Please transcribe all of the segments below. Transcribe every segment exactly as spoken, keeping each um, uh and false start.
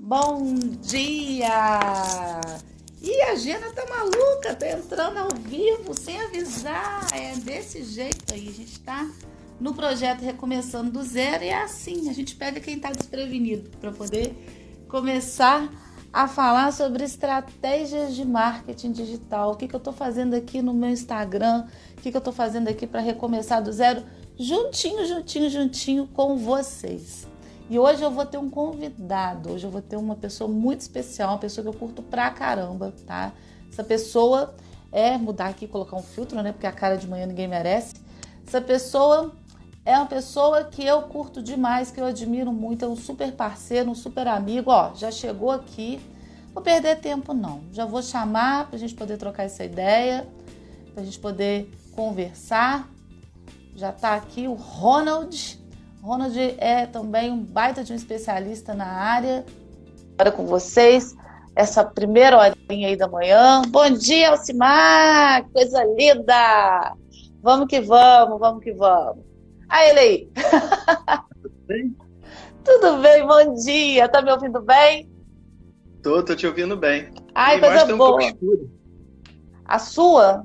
Bom dia! E a Gena tá maluca, tá entrando ao vivo, sem avisar. É desse jeito aí, a gente tá no projeto Recomeçando do Zero e é assim, a gente pega quem tá desprevenido para poder começar a falar sobre estratégias de marketing digital. O que que eu tô fazendo aqui no meu Instagram, o que que eu tô fazendo aqui para recomeçar do zero, juntinho, juntinho, juntinho com vocês. E hoje eu vou ter um convidado, hoje eu vou ter uma pessoa muito especial, uma pessoa que eu curto pra caramba, tá? Essa pessoa é, mudar aqui, colocar um filtro, né? Porque a cara de manhã ninguém merece. Essa pessoa é uma pessoa que eu curto demais, que eu admiro muito, é um super parceiro, um super amigo. Ó, já chegou aqui, vou perder tempo não, já vou chamar pra gente poder trocar essa ideia, pra gente poder conversar. Já tá aqui o Ronald. Ronald é também um baita de um especialista na área. Agora com vocês, essa primeira horinha aí da manhã. Bom dia, Alcimar! Coisa linda! Vamos que vamos, vamos que vamos. Ah, ele aí! Tudo bem? Tudo bem, bom dia! Tá me ouvindo bem? Tô, tô te ouvindo bem. Ai, a coisa tá um boa! pouco escura. A sua?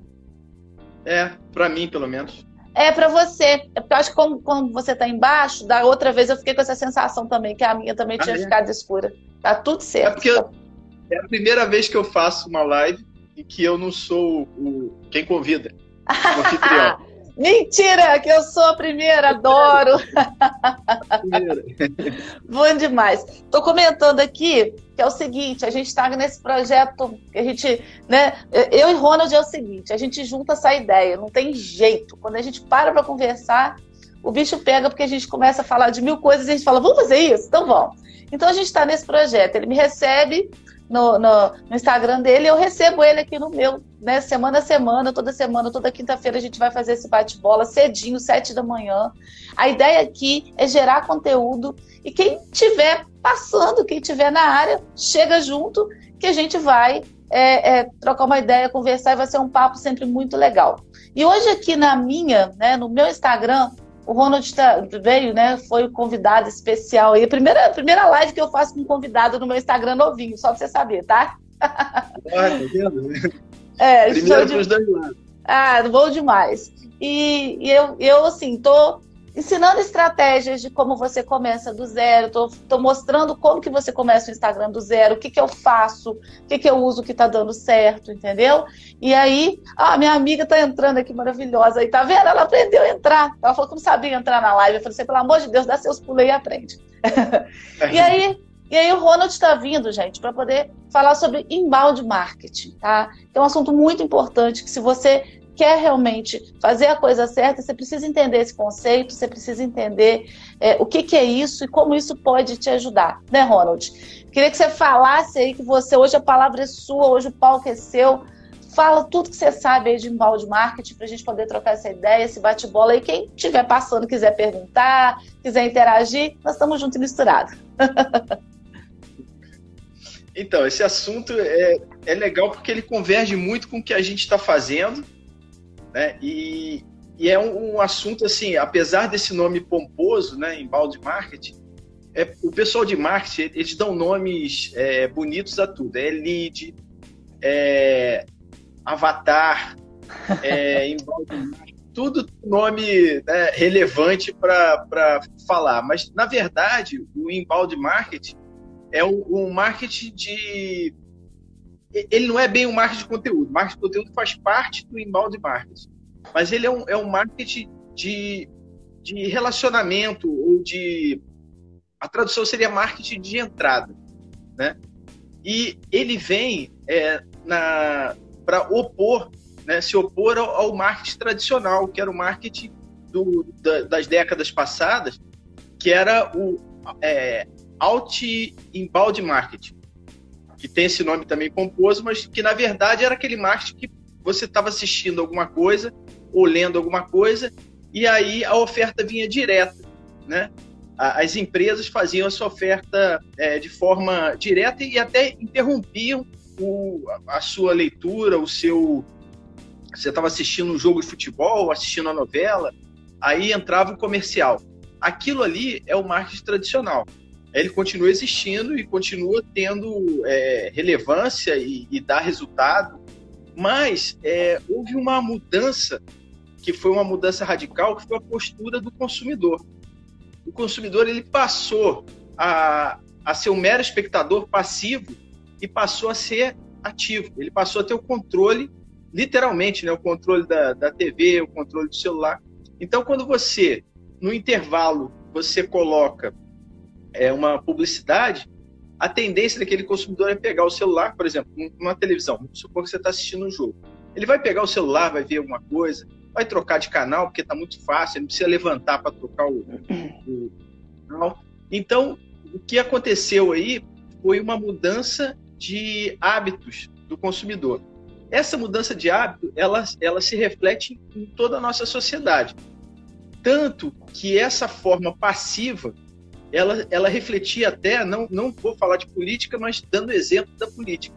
É, pra mim, pelo menos. É para você. É porque eu acho que como, como você tá embaixo, da outra vez eu fiquei com essa sensação também, que a minha também tinha Ah, é? ficado escura. Tá tudo certo. É porque eu- é a primeira vez que eu faço uma live e que eu não sou o quem convida, o anfitrião. Mentira, que eu sou a primeira, adoro. Primeira. Bom demais. Tô comentando aqui que é o seguinte, a gente tá nesse projeto, que a gente, né, eu e Ronald é o seguinte, a gente junta essa ideia, não tem jeito. Quando a gente para para conversar, o bicho pega porque a gente começa a falar de mil coisas e a gente fala, vamos fazer isso? Então vamos. Então a gente tá nesse projeto, ele me recebe no, no, no Instagram dele, eu recebo ele aqui no meu, né, semana a semana, toda semana, toda quinta-feira a gente vai fazer esse bate-bola cedinho, sete da manhã. A ideia aqui é gerar conteúdo e quem tiver passando, quem tiver na área, chega junto que a gente vai é, é, trocar uma ideia, conversar e vai ser um papo sempre muito legal. E hoje aqui na minha, né, no meu Instagram, o Ronald tá, veio, né, foi o convidado especial aí, a primeira, a primeira live que eu faço com um convidado no meu Instagram novinho, só pra você saber, tá? Olha, tá vendo? É, Primeiro de... pros dois lados. Ah, bom demais. E, e eu, eu, assim, tô ensinando estratégias de como você começa do zero, tô, tô mostrando como que você começa o Instagram do zero, o que que eu faço, o que que eu uso que tá dando certo, entendeu? E aí, ah, minha amiga tá entrando aqui, maravilhosa, aí, tá vendo? Ela aprendeu a entrar. Ela falou que não sabia entrar na live. Eu falei assim, pelo amor de Deus, dá seus pulos aí e aprende. E aí, e aí o Ronald está vindo, gente, para poder falar sobre inbound marketing, tá? É um assunto muito importante que se você quer realmente fazer a coisa certa, você precisa entender esse conceito, você precisa entender é, o que, que é isso e como isso pode te ajudar, né, Ronald? Queria que você falasse aí que você, hoje a palavra é sua, hoje o palco é seu, fala tudo que você sabe aí de inbound marketing para a gente poder trocar essa ideia, esse bate-bola, e quem estiver passando, quiser perguntar, quiser interagir, nós estamos juntos e misturados. Então, esse assunto é, é legal porque ele converge muito com o que a gente está fazendo, né? E, e é um, um assunto, assim, apesar desse nome pomposo, né, inbound marketing, é, o pessoal de marketing, eles dão nomes é, bonitos a tudo. É lead, é avatar, é inbound marketing, tudo nome, né, relevante para falar. Mas, na verdade, o inbound marketing é um, um marketing de... Ele não é bem um marketing de conteúdo. Marketing de conteúdo faz parte do inbound marketing. Mas ele é um, é um marketing de, de relacionamento ou de... A tradução seria marketing de entrada, né? E ele vem é, para opor, né, se opor ao, ao marketing tradicional, que era o marketing do, da, das décadas passadas, que era o... É, Out-Inbound Marketing, que tem esse nome também pomposo, mas que na verdade era aquele marketing que você estava assistindo alguma coisa ou lendo alguma coisa e aí a oferta vinha direta, né? As empresas faziam a sua oferta é, de forma direta e até interrompiam o, a sua leitura, o seu... Você estava assistindo um jogo de futebol, assistindo a novela, aí entrava o comercial. Aquilo ali é o marketing tradicional. ele continua existindo e continua tendo é, relevância e, e dá resultado, mas é, houve uma mudança, que foi uma mudança radical, que foi a postura do consumidor. O consumidor ele passou a, a ser um mero espectador passivo e passou a ser ativo. Ele passou a ter o controle, literalmente, né, o controle da, da T V, o controle do celular. Então, quando você, no intervalo, você coloca é, uma publicidade, a tendência daquele consumidor é pegar o celular, por exemplo, numa televisão. Vamos supor que você está assistindo um jogo. Ele vai pegar o celular, vai ver alguma coisa, vai trocar de canal, porque está muito fácil, ele não precisa levantar para trocar o, o canal. Então, o que aconteceu aí foi uma mudança de hábitos do consumidor. Essa mudança de hábito, ela, ela se reflete em toda a nossa sociedade. Tanto que essa forma passiva, ela, ela refletia até, não, não vou falar de política, mas dando exemplo da política.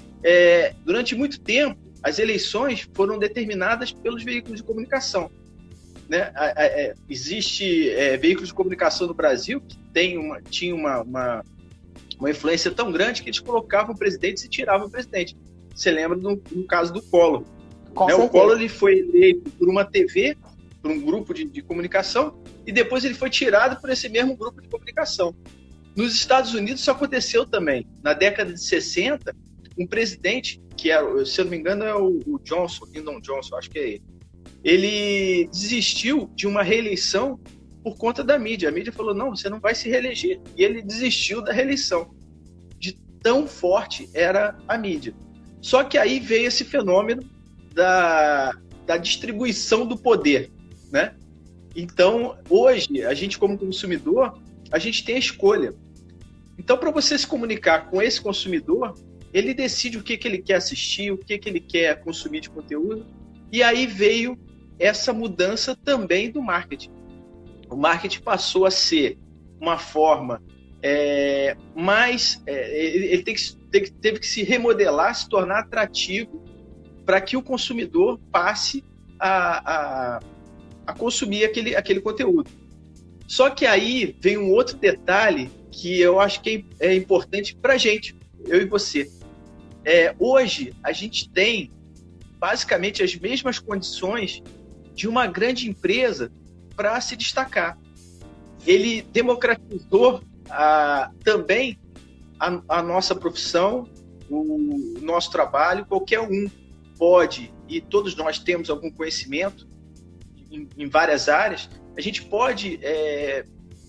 É, durante muito tempo, as eleições foram determinadas pelos veículos de comunicação. Né? É, é, existe é, veículos de comunicação no Brasil que tem uma, tinha uma, uma, uma influência tão grande que eles colocavam presidentes e tiravam o presidente. Você lembra do, do caso do Collor. Né? O Collor ele foi eleito por uma T V, por um grupo de, de comunicação, e depois ele foi tirado por esse mesmo grupo de comunicação. Nos Estados Unidos isso aconteceu também. Na década de sessenta, um presidente, que era, se eu não me engano é o, o Johnson, Lyndon Johnson, acho que é ele, ele desistiu de uma reeleição por conta da mídia. A mídia falou, não, você não vai se reeleger. E ele desistiu da reeleição. De tão forte era a mídia. Só que aí veio esse fenômeno da, da distribuição do poder, né? Então, hoje, a gente como consumidor, a gente tem a escolha. Então, para você se comunicar com esse consumidor, ele decide o que, que ele quer assistir, o que, que ele quer consumir de conteúdo, e aí veio essa mudança também do marketing. O marketing passou a ser uma forma é, mais... É, ele ele tem que, tem, teve que se remodelar, se tornar atrativo para que o consumidor passe a, a, a consumir aquele, aquele conteúdo. Só que aí vem um outro detalhe que eu acho que é, é importante para a gente, eu e você. É, hoje, a gente tem basicamente as mesmas condições de uma grande empresa para se destacar. Ele democratizou a, também a, a nossa profissão, o nosso trabalho. Qualquer um pode, e todos nós temos algum conhecimento em, em várias áreas, a gente pode é,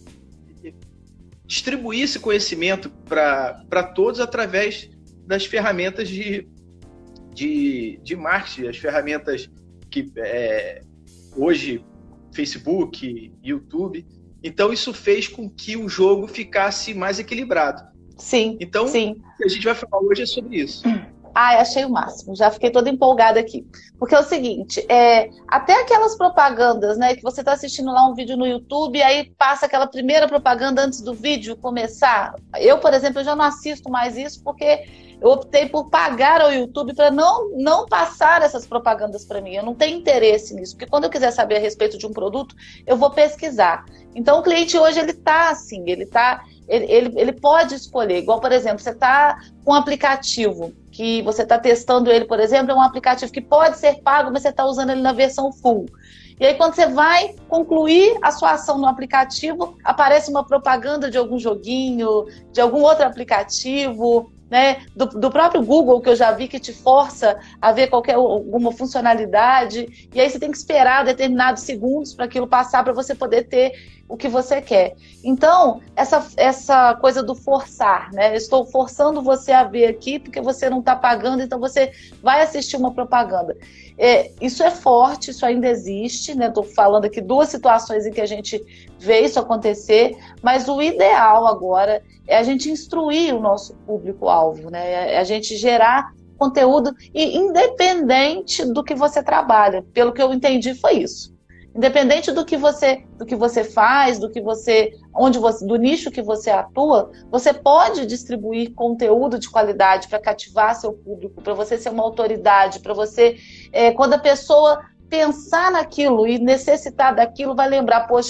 distribuir esse conhecimento para todos através das ferramentas de, de, de marketing, as ferramentas que é, hoje, Facebook, YouTube. Então, isso fez com que o jogo ficasse mais equilibrado. Sim, então, sim. O que a gente vai falar hoje é sobre isso. Ai, achei o máximo. Já fiquei toda empolgada aqui. Porque é o seguinte, é, até aquelas propagandas, né, que você está assistindo lá um vídeo no YouTube, aí passa aquela primeira propaganda antes do vídeo começar. Eu, por exemplo, eu já não assisto mais isso porque eu optei por pagar ao YouTube para não, não passar essas propagandas para mim. Eu não tenho interesse nisso, porque quando eu quiser saber a respeito de um produto, eu vou pesquisar. Então, o cliente hoje, ele está assim, ele está... Ele, ele, ele pode escolher, igual, por exemplo, você está com um aplicativo que você está testando ele, por exemplo, é um aplicativo que pode ser pago, mas você está usando ele na versão full. E aí, quando você vai concluir a sua ação no aplicativo, aparece uma propaganda de algum joguinho, de algum outro aplicativo, né? Do, do próprio Google, que eu já vi que te força a ver qualquer alguma funcionalidade, e aí você tem que esperar determinados segundos para aquilo passar, para você poder ter o que você quer. Então, essa, essa coisa do forçar, né? Eu estou forçando você a ver aqui, porque você não está pagando, então você vai assistir uma propaganda. É, isso é forte, isso ainda existe, né? Estou falando aqui duas situações em que a gente vê isso acontecer, mas o ideal agora é a gente instruir o nosso público-alvo, né? É a gente gerar conteúdo e independente do que você trabalha. Pelo que eu entendi, foi isso. Independente do que você, do que você faz, do que você, onde você, do nicho que você atua, você pode distribuir conteúdo de qualidade para cativar seu público, para você ser uma autoridade, para você, é, quando a pessoa pensar naquilo e necessitar daquilo, vai lembrar, poxa,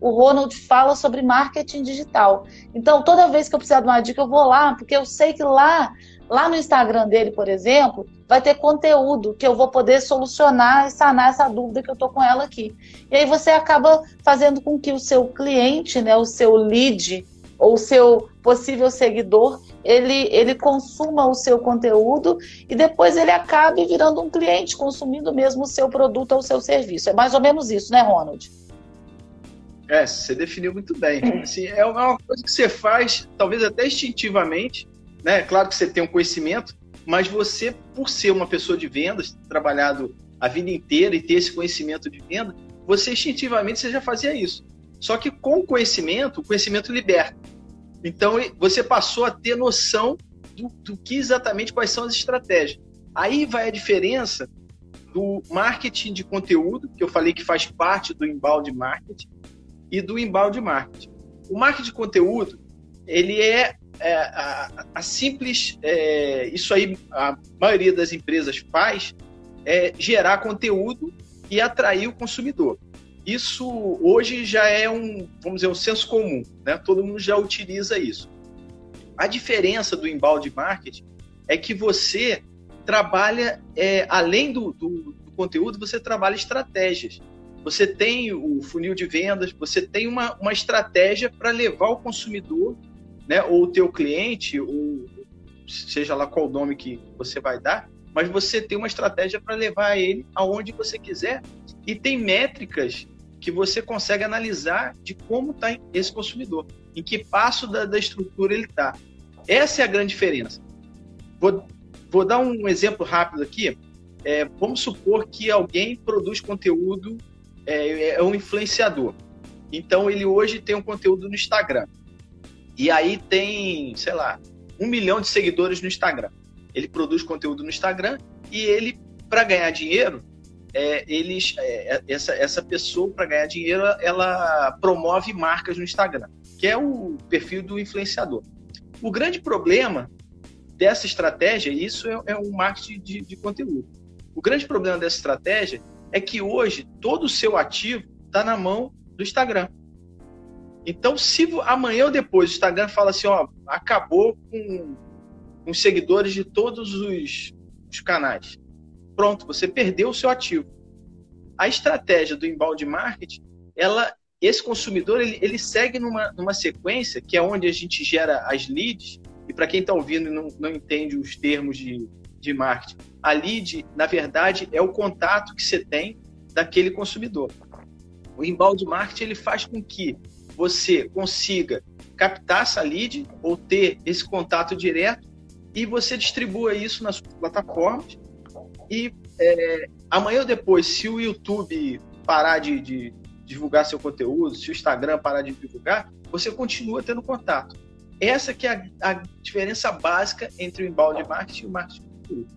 o Ronald fala sobre marketing digital. Então, toda vez que eu precisar de uma dica, eu vou lá, porque eu sei que lá, lá no Instagram dele, por exemplo, vai ter conteúdo que eu vou poder solucionar e sanar essa dúvida que eu estou com ela aqui. E aí você acaba fazendo com que o seu cliente, né, o seu lead, ou o seu possível seguidor, ele, ele consuma o seu conteúdo e depois ele acabe virando um cliente, consumindo mesmo o seu produto ou o seu serviço. É mais ou menos isso, né, Ronald? É, você definiu muito bem. Assim, é uma coisa que você faz, talvez até instintivamente, né? Claro que você tem um conhecimento, mas você, por ser uma pessoa de vendas, trabalhado a vida inteira e ter esse conhecimento de venda, você instintivamente você já fazia isso. Só que com o conhecimento, o conhecimento liberta. Então, você passou a ter noção do, do que exatamente, quais são as estratégias. Aí vai a diferença do marketing de conteúdo, que eu falei que faz parte do inbound marketing, e do inbound marketing. O marketing de conteúdo, ele é, é a, a simples... É, isso aí a maioria das empresas faz, é gerar conteúdo e atrair o consumidor. Isso hoje já é um, vamos dizer, um senso comum, né? Todo mundo já utiliza isso. A diferença do inbound marketing é que você trabalha, é, além do, do, do conteúdo, você trabalha estratégias. Você tem o funil de vendas, você tem uma, uma estratégia para levar o consumidor, né, ou o teu cliente, ou seja lá qual o nome que você vai dar, mas você tem uma estratégia para levar ele aonde você quiser e tem métricas que você consegue analisar de como está esse consumidor, em que passo da, da estrutura ele está. Essa é a grande diferença. Vou, vou dar um exemplo rápido aqui. É, vamos supor que alguém produz conteúdo, é, é um influenciador. Então, ele hoje tem um conteúdo no Instagram. E aí tem, sei lá, um milhão de seguidores no Instagram. Ele produz conteúdo no Instagram e ele, para ganhar dinheiro, É, eles, é, essa, essa pessoa, para ganhar dinheiro, ela promove marcas no Instagram, que é o perfil do influenciador. O grande problema dessa estratégia, isso é, é um marketing de, de conteúdo. O grande problema dessa estratégia é que hoje todo o seu ativo está na mão do Instagram. Então, se amanhã ou depois o Instagram fala assim, ó, acabou com os seguidores de todos os, os canais, pronto, você perdeu o seu ativo. A estratégia do inbound marketing, ela, esse consumidor, ele, ele segue numa, numa sequência, que é onde a gente gera as leads, e para quem está ouvindo e não, não entende os termos de, de marketing, a lead, na verdade, é o contato que você tem daquele consumidor. O inbound marketing, ele faz com que você consiga captar essa lead, ou ter esse contato direto, e você distribua isso nas suas plataformas. E é, amanhã ou depois, se o YouTube parar de, de divulgar seu conteúdo, se o Instagram parar de divulgar, você continua tendo contato. Essa que é a, a diferença básica entre o inbound marketing e o marketing de conteúdo.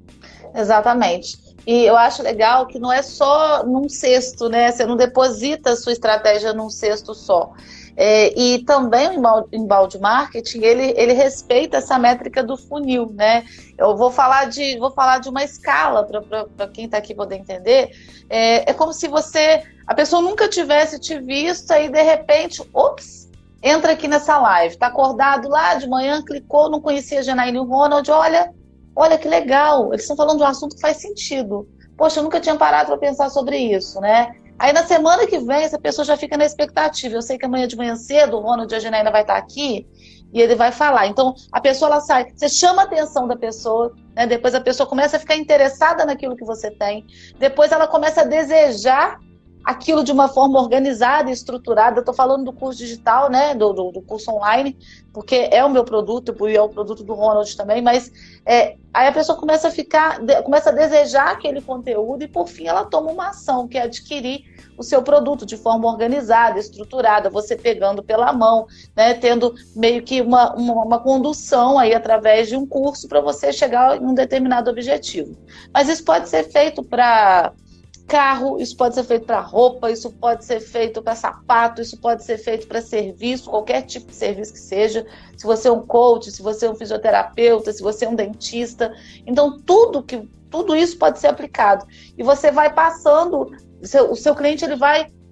Exatamente. E eu acho legal que não é só num cesto, né? Você não deposita a sua estratégia num cesto só. É, e também o inbound marketing, ele, ele respeita essa métrica do funil, né? Eu vou falar de, vou falar de uma escala para quem está aqui poder entender. É, é como se você, a pessoa nunca tivesse te visto e de repente, ops, entra aqui nessa live, está acordado lá de manhã, clicou, não conhecia a Janaína e o Ronald, olha, olha que legal, eles estão falando de um assunto que faz sentido. Poxa, eu nunca tinha parado para pensar sobre isso, né? Aí na semana que vem, essa pessoa já fica na expectativa. Eu sei que amanhã de manhã cedo, o Ronald e a Janaína vai estar aqui e ele vai falar. Então, a pessoa, ela sai, você chama a atenção da pessoa, né? Depois a pessoa começa a ficar interessada naquilo que você tem. Depois ela começa a desejar aquilo de uma forma organizada e estruturada. Eu estou falando do curso digital, né? Do, do, do curso online, porque é o meu produto e é o produto do Ronald também, mas é, aí a pessoa começa a ficar, começa a desejar aquele conteúdo e por fim ela toma uma ação, que é adquirir o seu produto de forma organizada, estruturada, você pegando pela mão, né, tendo meio que uma, uma, uma condução aí através de um curso para você chegar em um determinado objetivo. Mas isso pode ser feito para carro, isso pode ser feito para roupa, isso pode ser feito para sapato, isso pode ser feito para serviço, qualquer tipo de serviço que seja, se você é um coach, se você é um fisioterapeuta, se você é um dentista, então tudo, que, tudo isso pode ser aplicado, e você vai passando, o seu, o seu cliente ele vai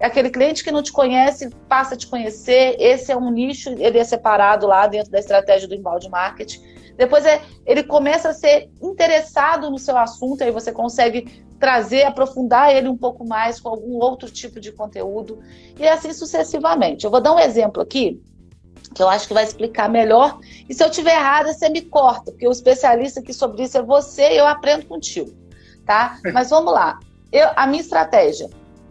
é aquele cliente que não te conhece, passa a te conhecer, esse é um nicho, ele é separado lá dentro da estratégia do inbound marketing. Depois é, ele começa a ser interessado no seu assunto, aí você consegue trazer, aprofundar ele um pouco mais com algum outro tipo de conteúdo, e assim sucessivamente. Eu vou dar um exemplo aqui, que eu acho que vai explicar melhor, e se eu estiver errada, você me corta, porque o especialista aqui sobre isso é você e eu aprendo contigo, tá? Mas vamos lá. Eu, a minha estratégia.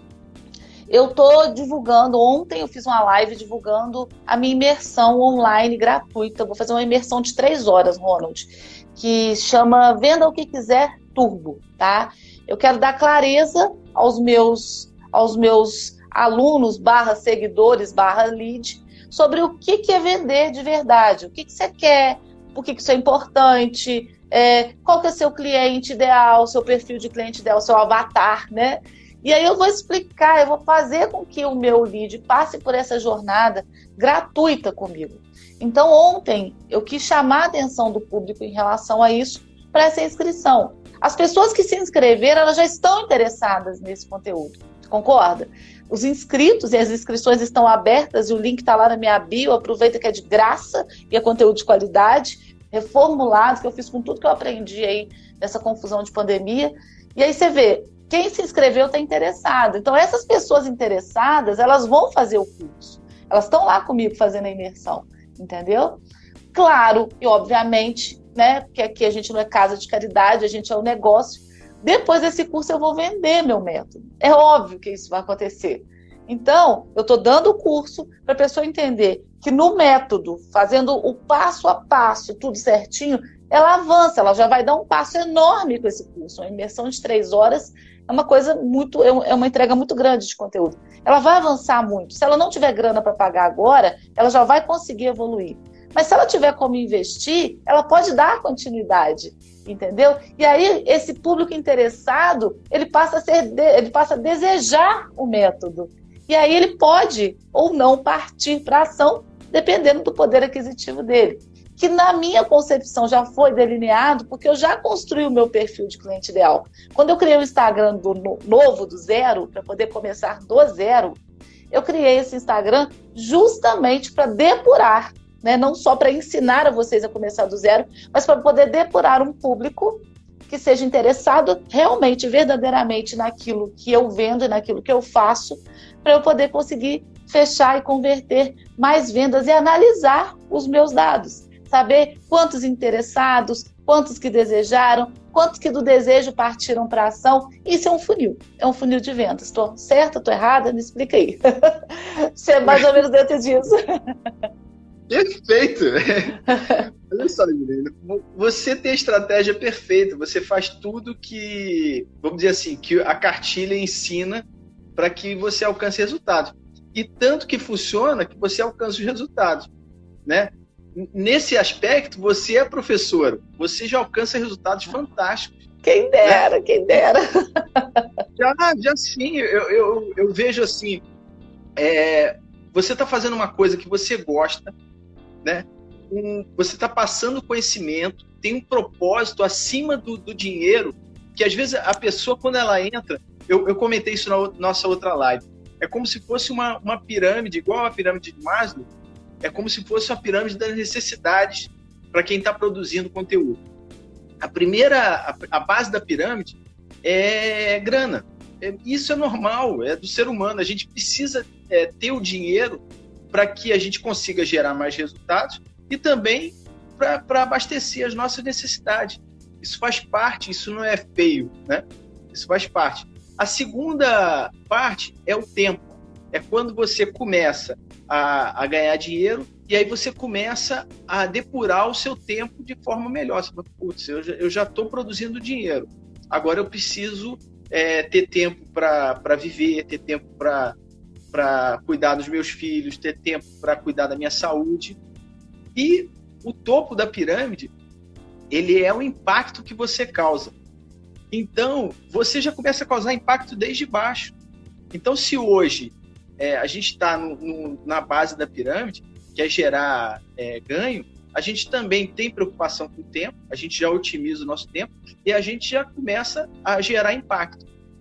Eu estou divulgando, ontem eu fiz uma live divulgando a minha imersão online gratuita. Eu vou fazer uma imersão de três horas, Ronald, que chama Venda o que Quiser Turbo, tá? Eu quero dar clareza aos meus, aos meus alunos, barra seguidores, barra lead, sobre o que, que é vender de verdade, o que, que você quer, por que, que isso é importante, é, qual que é seu cliente ideal, seu perfil de cliente ideal, seu avatar, né? E aí eu vou explicar, eu vou fazer com que o meu lead passe por essa jornada gratuita comigo. Então ontem eu quis chamar a atenção do público em relação a isso para essa inscrição. As pessoas que se inscreveram, elas já estão interessadas nesse conteúdo, concorda? Os inscritos e as inscrições estão abertas e o link está lá na minha bio, aproveita que é de graça e é conteúdo de qualidade, reformulado, que eu fiz com tudo que eu aprendi aí nessa confusão de pandemia. E aí você vê, quem se inscreveu está interessado. Então essas pessoas interessadas, elas vão fazer o curso. Elas estão lá comigo fazendo a imersão, entendeu? Claro, e obviamente, né, porque aqui a gente não é casa de caridade, a gente é um negócio. Depois desse curso eu vou vender meu método. É óbvio que isso vai acontecer. Então, eu estou dando o curso para a pessoa entender que no método, fazendo o passo a passo, tudo certinho, ela avança, ela já vai dar um passo enorme com esse curso. Uma imersão de três horas é uma coisa muito, é uma entrega muito grande de conteúdo. Ela vai avançar muito. Se ela não tiver grana para pagar agora, ela já vai conseguir evoluir. Mas se ela tiver como investir, ela pode dar continuidade, entendeu? E aí, esse público interessado, ele passa a ser, ele passa a desejar o método. E aí ele pode ou não partir para a ação, dependendo do poder aquisitivo dele. Que na minha concepção já foi delineado, porque eu já construí o meu perfil de cliente ideal. Quando eu criei o Instagram do novo, do zero, para poder começar do zero, eu criei esse Instagram justamente para depurar, né? Não só para ensinar a vocês a começar do zero, mas para poder depurar um público que seja interessado realmente, verdadeiramente naquilo que eu vendo e naquilo que eu faço, para eu poder conseguir fechar e converter mais vendas e analisar os meus dados. Saber quantos interessados, quantos que desejaram, quantos que do desejo partiram para a ação. Isso é um funil, é um funil de vendas. Estou certa, estou errada? Me explica aí. Você é mais ou menos dentro disso. Perfeito! Olha só, Juliana, você tem a estratégia perfeita, você faz tudo que, vamos dizer assim, que a cartilha ensina para que você alcance resultados. E tanto que funciona que você alcança os resultados, né? Nesse aspecto, você é professora, você já alcança resultados fantásticos. Quem dera, né? Quem dera. Já, já sim, eu, eu, eu vejo assim, é, você está fazendo uma coisa que você gosta, né? Um, você está passando conhecimento, tem um propósito acima do, do dinheiro, que às vezes a pessoa, quando ela entra, eu, eu comentei isso na nossa outra live, é como se fosse uma, uma pirâmide, igual a pirâmide de Maslow, é como se fosse uma pirâmide das necessidades para quem está produzindo conteúdo. A primeira, a, a base da pirâmide é grana. É, isso é normal, é do ser humano. A gente precisa é, ter o dinheiro para que a gente consiga gerar mais resultados e também para abastecer as nossas necessidades. Isso faz parte, isso não é feio, né? Isso faz parte. A segunda parte é o tempo. É quando você começa a, a ganhar dinheiro e aí você começa a depurar o seu tempo de forma melhor. Você fala, putz, eu já estou produzindo dinheiro. Agora eu preciso é, ter tempo para viver, ter tempo para cuidar dos meus filhos, ter tempo para cuidar da minha saúde. E o topo da pirâmide, ele é o impacto que você causa. Então, você já começa a causar impacto desde baixo. Então, se hoje é, a gente está na base da pirâmide, que é gerar é, ganho, a gente também tem preocupação com o tempo, a gente já otimiza o nosso tempo e a gente já começa a gerar impacto.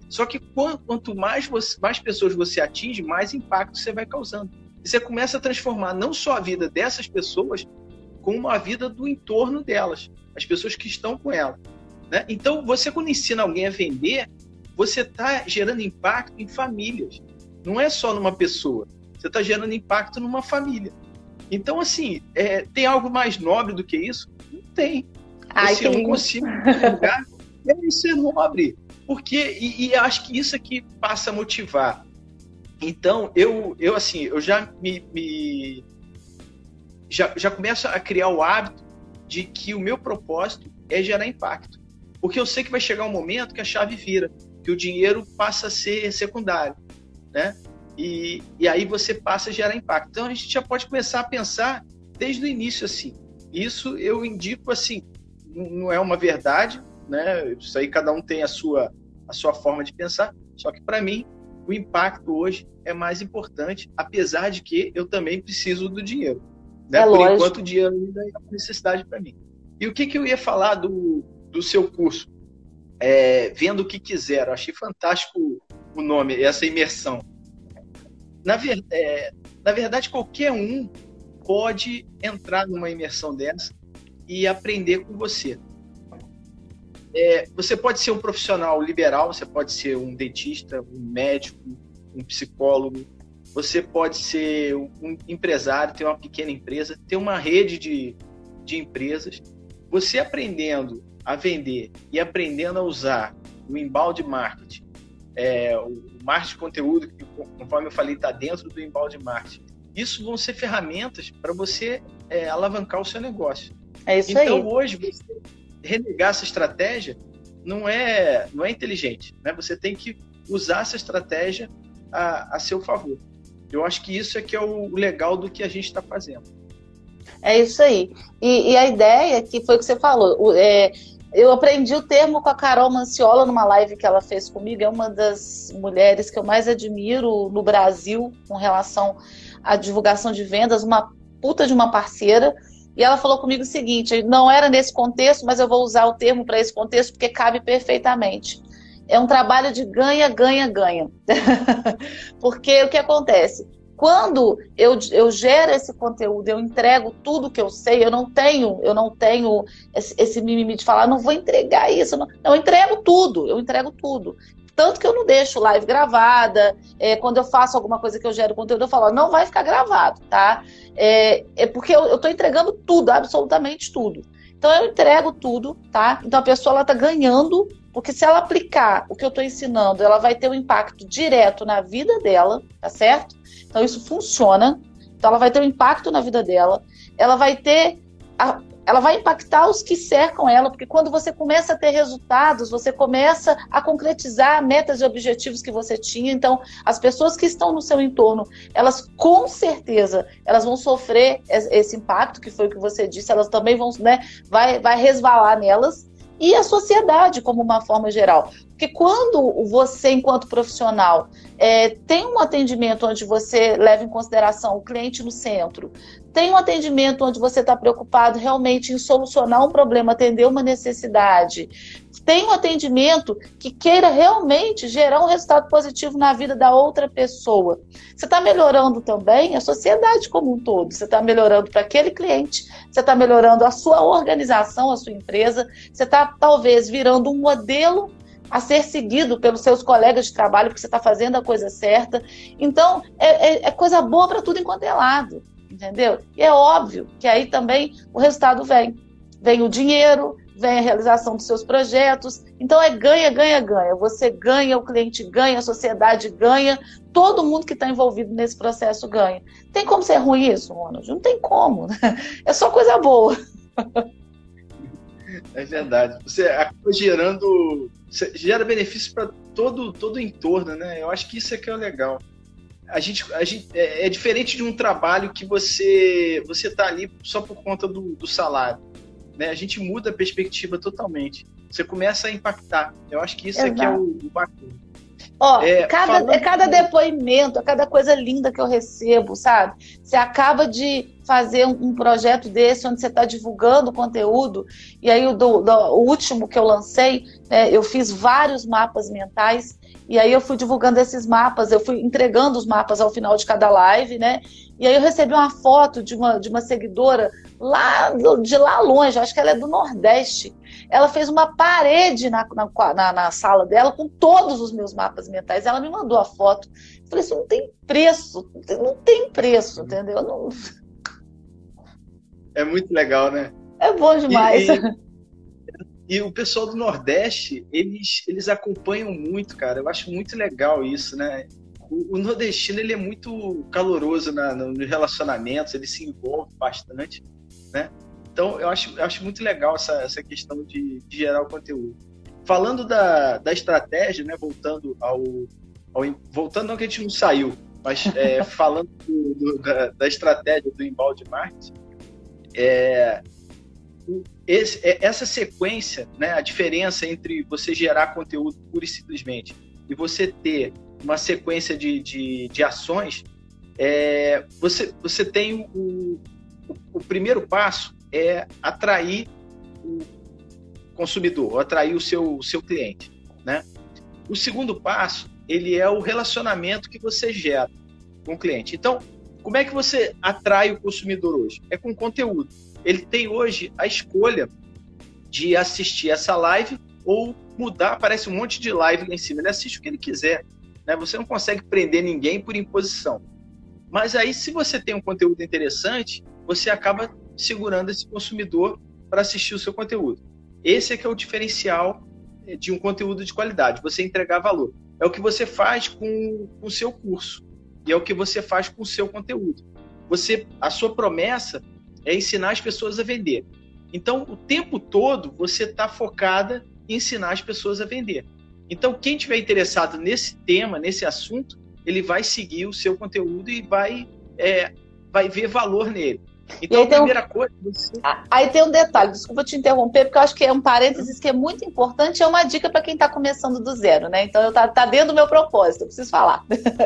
Só que quanto mais, você, mais pessoas você atinge, mais impacto você vai causando. E você começa a transformar não só a vida dessas pessoas, como a vida do entorno delas, as pessoas que estão com elas. Né? Então, você quando ensina alguém a vender, você está gerando impacto em famílias. Não é só numa pessoa. Você está gerando impacto numa família. Então, assim, é, tem algo mais nobre do que isso? Não tem. Ai, assim, eu não consigo julgar. Isso é nobre. Porque, e, e acho que isso aqui passa a motivar. Então, eu, eu assim, eu já me, me já, já começo a criar o hábito de que o meu propósito é gerar impacto. Porque eu sei que vai chegar um momento que a chave vira, que o dinheiro passa a ser secundário, né? E, e aí você passa a gerar impacto. Então, a gente já pode começar a pensar desde o início, assim. Isso eu indico, assim, não é uma verdade, né? Isso aí cada um tem a sua, a sua forma de pensar, só que para mim o impacto hoje é mais importante, apesar de que eu também preciso do dinheiro, né? É Por lógico. enquanto o dinheiro ainda é uma necessidade para mim. E o que, que eu ia falar do, do seu curso? É, Vendo o que Quiser, eu achei fantástico o nome, essa imersão. Na, ver, é, na verdade, qualquer um pode entrar numa imersão dessa e aprender com você. É, você pode ser um profissional liberal, você pode ser um dentista, um médico, um psicólogo, você pode ser um empresário, ter uma pequena empresa, ter uma rede de, de empresas. Você aprendendo a vender e aprendendo a usar o inbound marketing, é, o marketing de conteúdo, que, conforme eu falei, está dentro do inbound marketing. Isso vão ser ferramentas para você é, alavancar o seu negócio. É isso então, aí. hoje, você renegar essa estratégia não é, não é inteligente, né? Você tem que usar essa estratégia a, a seu favor. Eu acho que isso é que é o legal do que a gente está fazendo. É isso aí. E, e a ideia que foi o que você falou, é, eu aprendi o termo com a Carol Manciola numa live que ela fez comigo, é uma das mulheres que eu mais admiro no Brasil com relação à divulgação de vendas, uma puta de uma parceira. E ela falou comigo o seguinte, não era nesse contexto, mas eu vou usar o termo para esse contexto porque cabe perfeitamente. É um trabalho de ganha, ganha, ganha. Porque o que acontece? Quando eu, eu gero esse conteúdo, eu entrego tudo que eu sei, eu não tenho, eu não tenho esse, esse mimimi de falar, não vou entregar isso. Não, eu entrego tudo, eu entrego tudo. Tanto que eu não deixo live gravada, é, quando eu faço alguma coisa que eu gero conteúdo, eu falo, não vai ficar gravado, tá? É, é porque eu estou entregando tudo, absolutamente tudo. Então eu entrego tudo, tá? Então a pessoa ela tá ganhando, porque se ela aplicar o que eu estou ensinando, ela vai ter um impacto direto na vida dela, tá certo? Então isso funciona. Então ela vai ter um impacto na vida dela, ela vai ter... A, ela vai impactar os que cercam ela, porque quando você começa a ter resultados, você começa a concretizar metas e objetivos que você tinha. Então, as pessoas que estão no seu entorno, elas com certeza, elas vão sofrer esse impacto, que foi o que você disse, elas também vão, né, vai, vai resvalar nelas, e a sociedade como uma forma geral. Porque quando você, enquanto profissional, é, tem um atendimento onde você leva em consideração o cliente no centro, tem um atendimento onde você está preocupado realmente em solucionar um problema, atender uma necessidade, tem um atendimento que queira realmente gerar um resultado positivo na vida da outra pessoa. Você está melhorando também a sociedade como um todo, você está melhorando para aquele cliente, você está melhorando a sua organização, a sua empresa, você está talvez virando um modelo a ser seguido pelos seus colegas de trabalho, porque você está fazendo a coisa certa. Então, é, é, é coisa boa para tudo enquanto é lado, entendeu? E é óbvio que aí também o resultado vem. Vem o dinheiro, vem a realização dos seus projetos. Então, é ganha, ganha, ganha. Você ganha, o cliente ganha, a sociedade ganha, todo mundo que está envolvido nesse processo ganha. Tem como ser ruim isso, Ronald? Não tem como. É só coisa boa. É verdade. Você acaba gerando... Você gera benefício para todo, todo o entorno, né? Eu acho que isso é que é o legal. A gente, a gente, é, é diferente de um trabalho que você você está ali só por conta do, do salário, né? A gente muda a perspectiva totalmente. Você começa a impactar. Eu acho que isso é que é o, o bacana. Ó, é, cada, é cada depoimento, é cada coisa linda que eu recebo, sabe? Você acaba de fazer um, um projeto desse, onde você está divulgando conteúdo. E aí o, do, do, o último que eu lancei, né, eu fiz vários mapas mentais, e aí eu fui divulgando esses mapas, eu fui entregando os mapas ao final de cada live, né? E aí eu recebi uma foto de uma, de uma seguidora lá, de lá longe, acho que ela é do Nordeste. Ela fez uma parede na, na, na sala dela com todos os meus mapas mentais. Ela me mandou a foto. Eu falei assim, não tem preço, não tem, não tem preço, entendeu? Não... É muito legal, né? É bom demais. E, e, e o pessoal do Nordeste, eles, eles acompanham muito, cara. Eu acho muito legal isso, né? O, o nordestino, ele é muito caloroso na, nos relacionamentos, ele se envolve bastante, né? Então, eu acho, eu acho muito legal essa, essa questão de, de gerar o conteúdo. Falando da, da estratégia, né, voltando ao, ao... Voltando, não que a gente não saiu, mas é, falando do, do, da, da estratégia do inbound marketing, é, esse, é, essa sequência, né, a diferença entre você gerar conteúdo pura e simplesmente e você ter uma sequência de, de, de ações, é, você, você tem o, o, o primeiro passo é atrair o consumidor, atrair o seu, o seu cliente, né? O segundo passo, ele é o relacionamento que você gera com o cliente. Então, como é que você atrai o consumidor hoje? É com conteúdo. Ele tem hoje a escolha de assistir essa live ou mudar, aparece um monte de live lá em cima, ele assiste o que ele quiser, né? Você não consegue prender ninguém por imposição. Mas aí, se você tem um conteúdo interessante, você acaba segurando esse consumidor para assistir o seu conteúdo. Esse é que é o diferencial de um conteúdo de qualidade, você entregar valor. É o que você faz com o seu curso e é o que você faz com o seu conteúdo. Você, a sua promessa é ensinar as pessoas a vender. Então, o tempo todo, você está focada em ensinar as pessoas a vender. Então, quem estiver interessado nesse tema, nesse assunto, ele vai seguir o seu conteúdo e vai, é, vai ver valor nele. Então, a primeira um... coisa... Você... Aí tem um detalhe, desculpa te interromper, porque eu acho que é um parênteses que é muito importante, é uma dica para quem está começando do zero, né? Então, eu tá, tá dentro do meu propósito, eu preciso falar.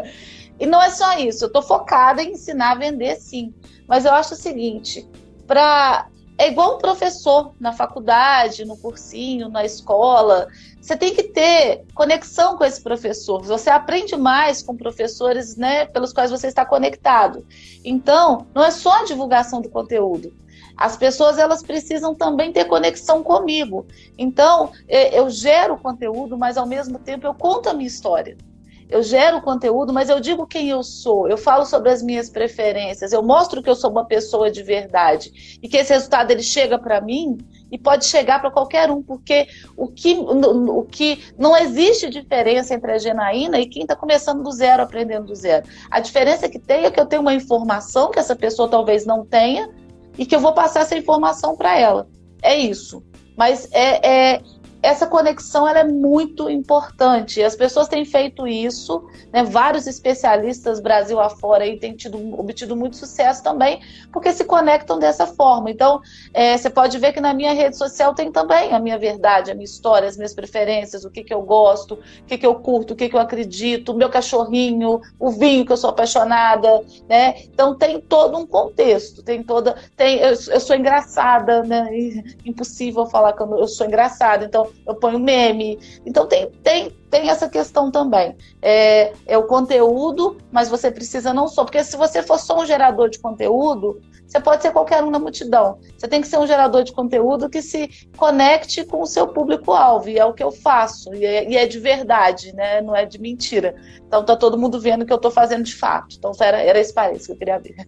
E não é só isso, eu estou focada em ensinar a vender, sim. Mas eu acho o seguinte, pra... é igual um professor na faculdade, no cursinho, na escola. Você tem que ter conexão com esse professor. Você aprende mais com professores, né, pelos quais você está conectado. Então, não é só a divulgação do conteúdo. As pessoas, elas precisam também ter conexão comigo. Então, eu gero conteúdo, mas ao mesmo tempo eu conto a minha história. Eu gero conteúdo, mas eu digo quem eu sou, eu falo sobre as minhas preferências, eu mostro que eu sou uma pessoa de verdade e que esse resultado ele chega para mim e pode chegar para qualquer um, porque o que, o que não existe diferença entre a Janaína e quem está começando do zero, aprendendo do zero. A diferença que tem é que eu tenho uma informação que essa pessoa talvez não tenha e que eu vou passar essa informação para ela. É isso. Mas é... é essa conexão ela é muito importante. As pessoas têm feito isso, né? Vários especialistas Brasil afora aí têm tido, obtido muito sucesso também, porque se conectam dessa forma. Então, é, você pode ver que na minha rede social tem também a minha verdade, a minha história, as minhas preferências, o que, que eu gosto, o que, que eu curto, o que, que eu acredito, o meu cachorrinho, o vinho que eu sou apaixonada, né? Então tem todo um contexto, tem toda... Tem, eu, eu sou engraçada, né? Impossível falar que eu, eu sou engraçada, então eu ponho meme. Então tem, tem, tem essa questão também. É, é o conteúdo, mas você precisa não só... Porque se você for só um gerador de conteúdo, você pode ser qualquer um na multidão. Você tem que ser um gerador de conteúdo que se conecte com o seu público-alvo. E é o que eu faço. E é, e é de verdade, né? Não é de mentira. Então tá todo mundo vendo o que eu tô fazendo de fato. Então era, era esse parênteses que eu queria ver.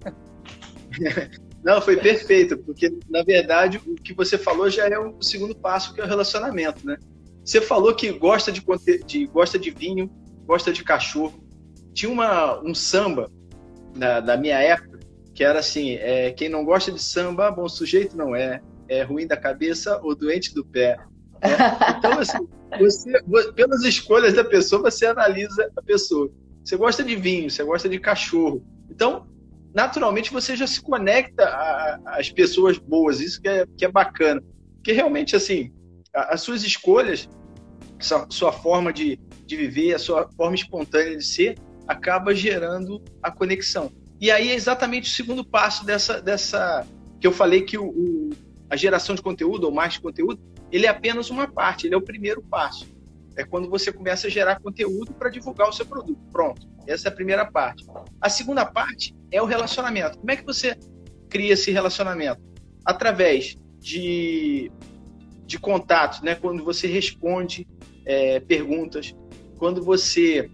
Não, foi perfeito, porque, na verdade, o que você falou já é o segundo passo, que é o relacionamento, né? Você falou que gosta de, de, gosta de vinho, gosta de cachorro. Tinha uma, um samba na, da minha época, que era assim, é, quem não gosta de samba, bom sujeito não é, é ruim da cabeça ou doente do pé. Né? Então, assim, você, pelas escolhas da pessoa, você analisa a pessoa. Você gosta de vinho, você gosta de cachorro. Então, naturalmente você já se conecta às pessoas boas, isso que é, que é bacana. Porque realmente, assim, as suas escolhas, a sua forma de, de viver, a sua forma espontânea de ser, acaba gerando a conexão. E aí é exatamente o segundo passo dessa, dessa que eu falei que o, o, a geração de conteúdo, ou mais de conteúdo, ele é apenas uma parte, ele é o primeiro passo. É quando você começa a gerar conteúdo para divulgar o seu produto. Pronto, essa é a primeira parte. A segunda parte é o relacionamento. Como é que você cria esse relacionamento? Através de, de contatos, né? Quando você responde é, perguntas, quando você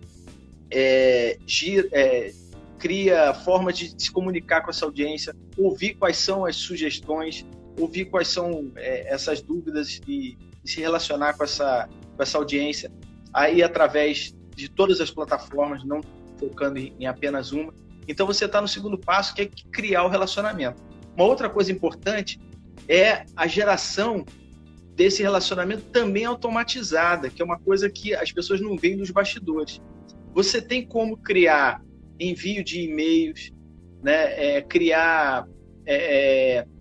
é, gira, é, cria formas de se comunicar com essa audiência, ouvir quais são as sugestões, ouvir quais são é, essas dúvidas e, e se relacionar com essa, com essa audiência, aí através de todas as plataformas, não focando em, em apenas uma. Então você está no segundo passo, que é criar o relacionamento. Uma outra coisa importante é a geração desse relacionamento também automatizada, que é uma coisa que as pessoas não veem nos bastidores. Você tem como criar envio de e-mails, né, é, criar é, é,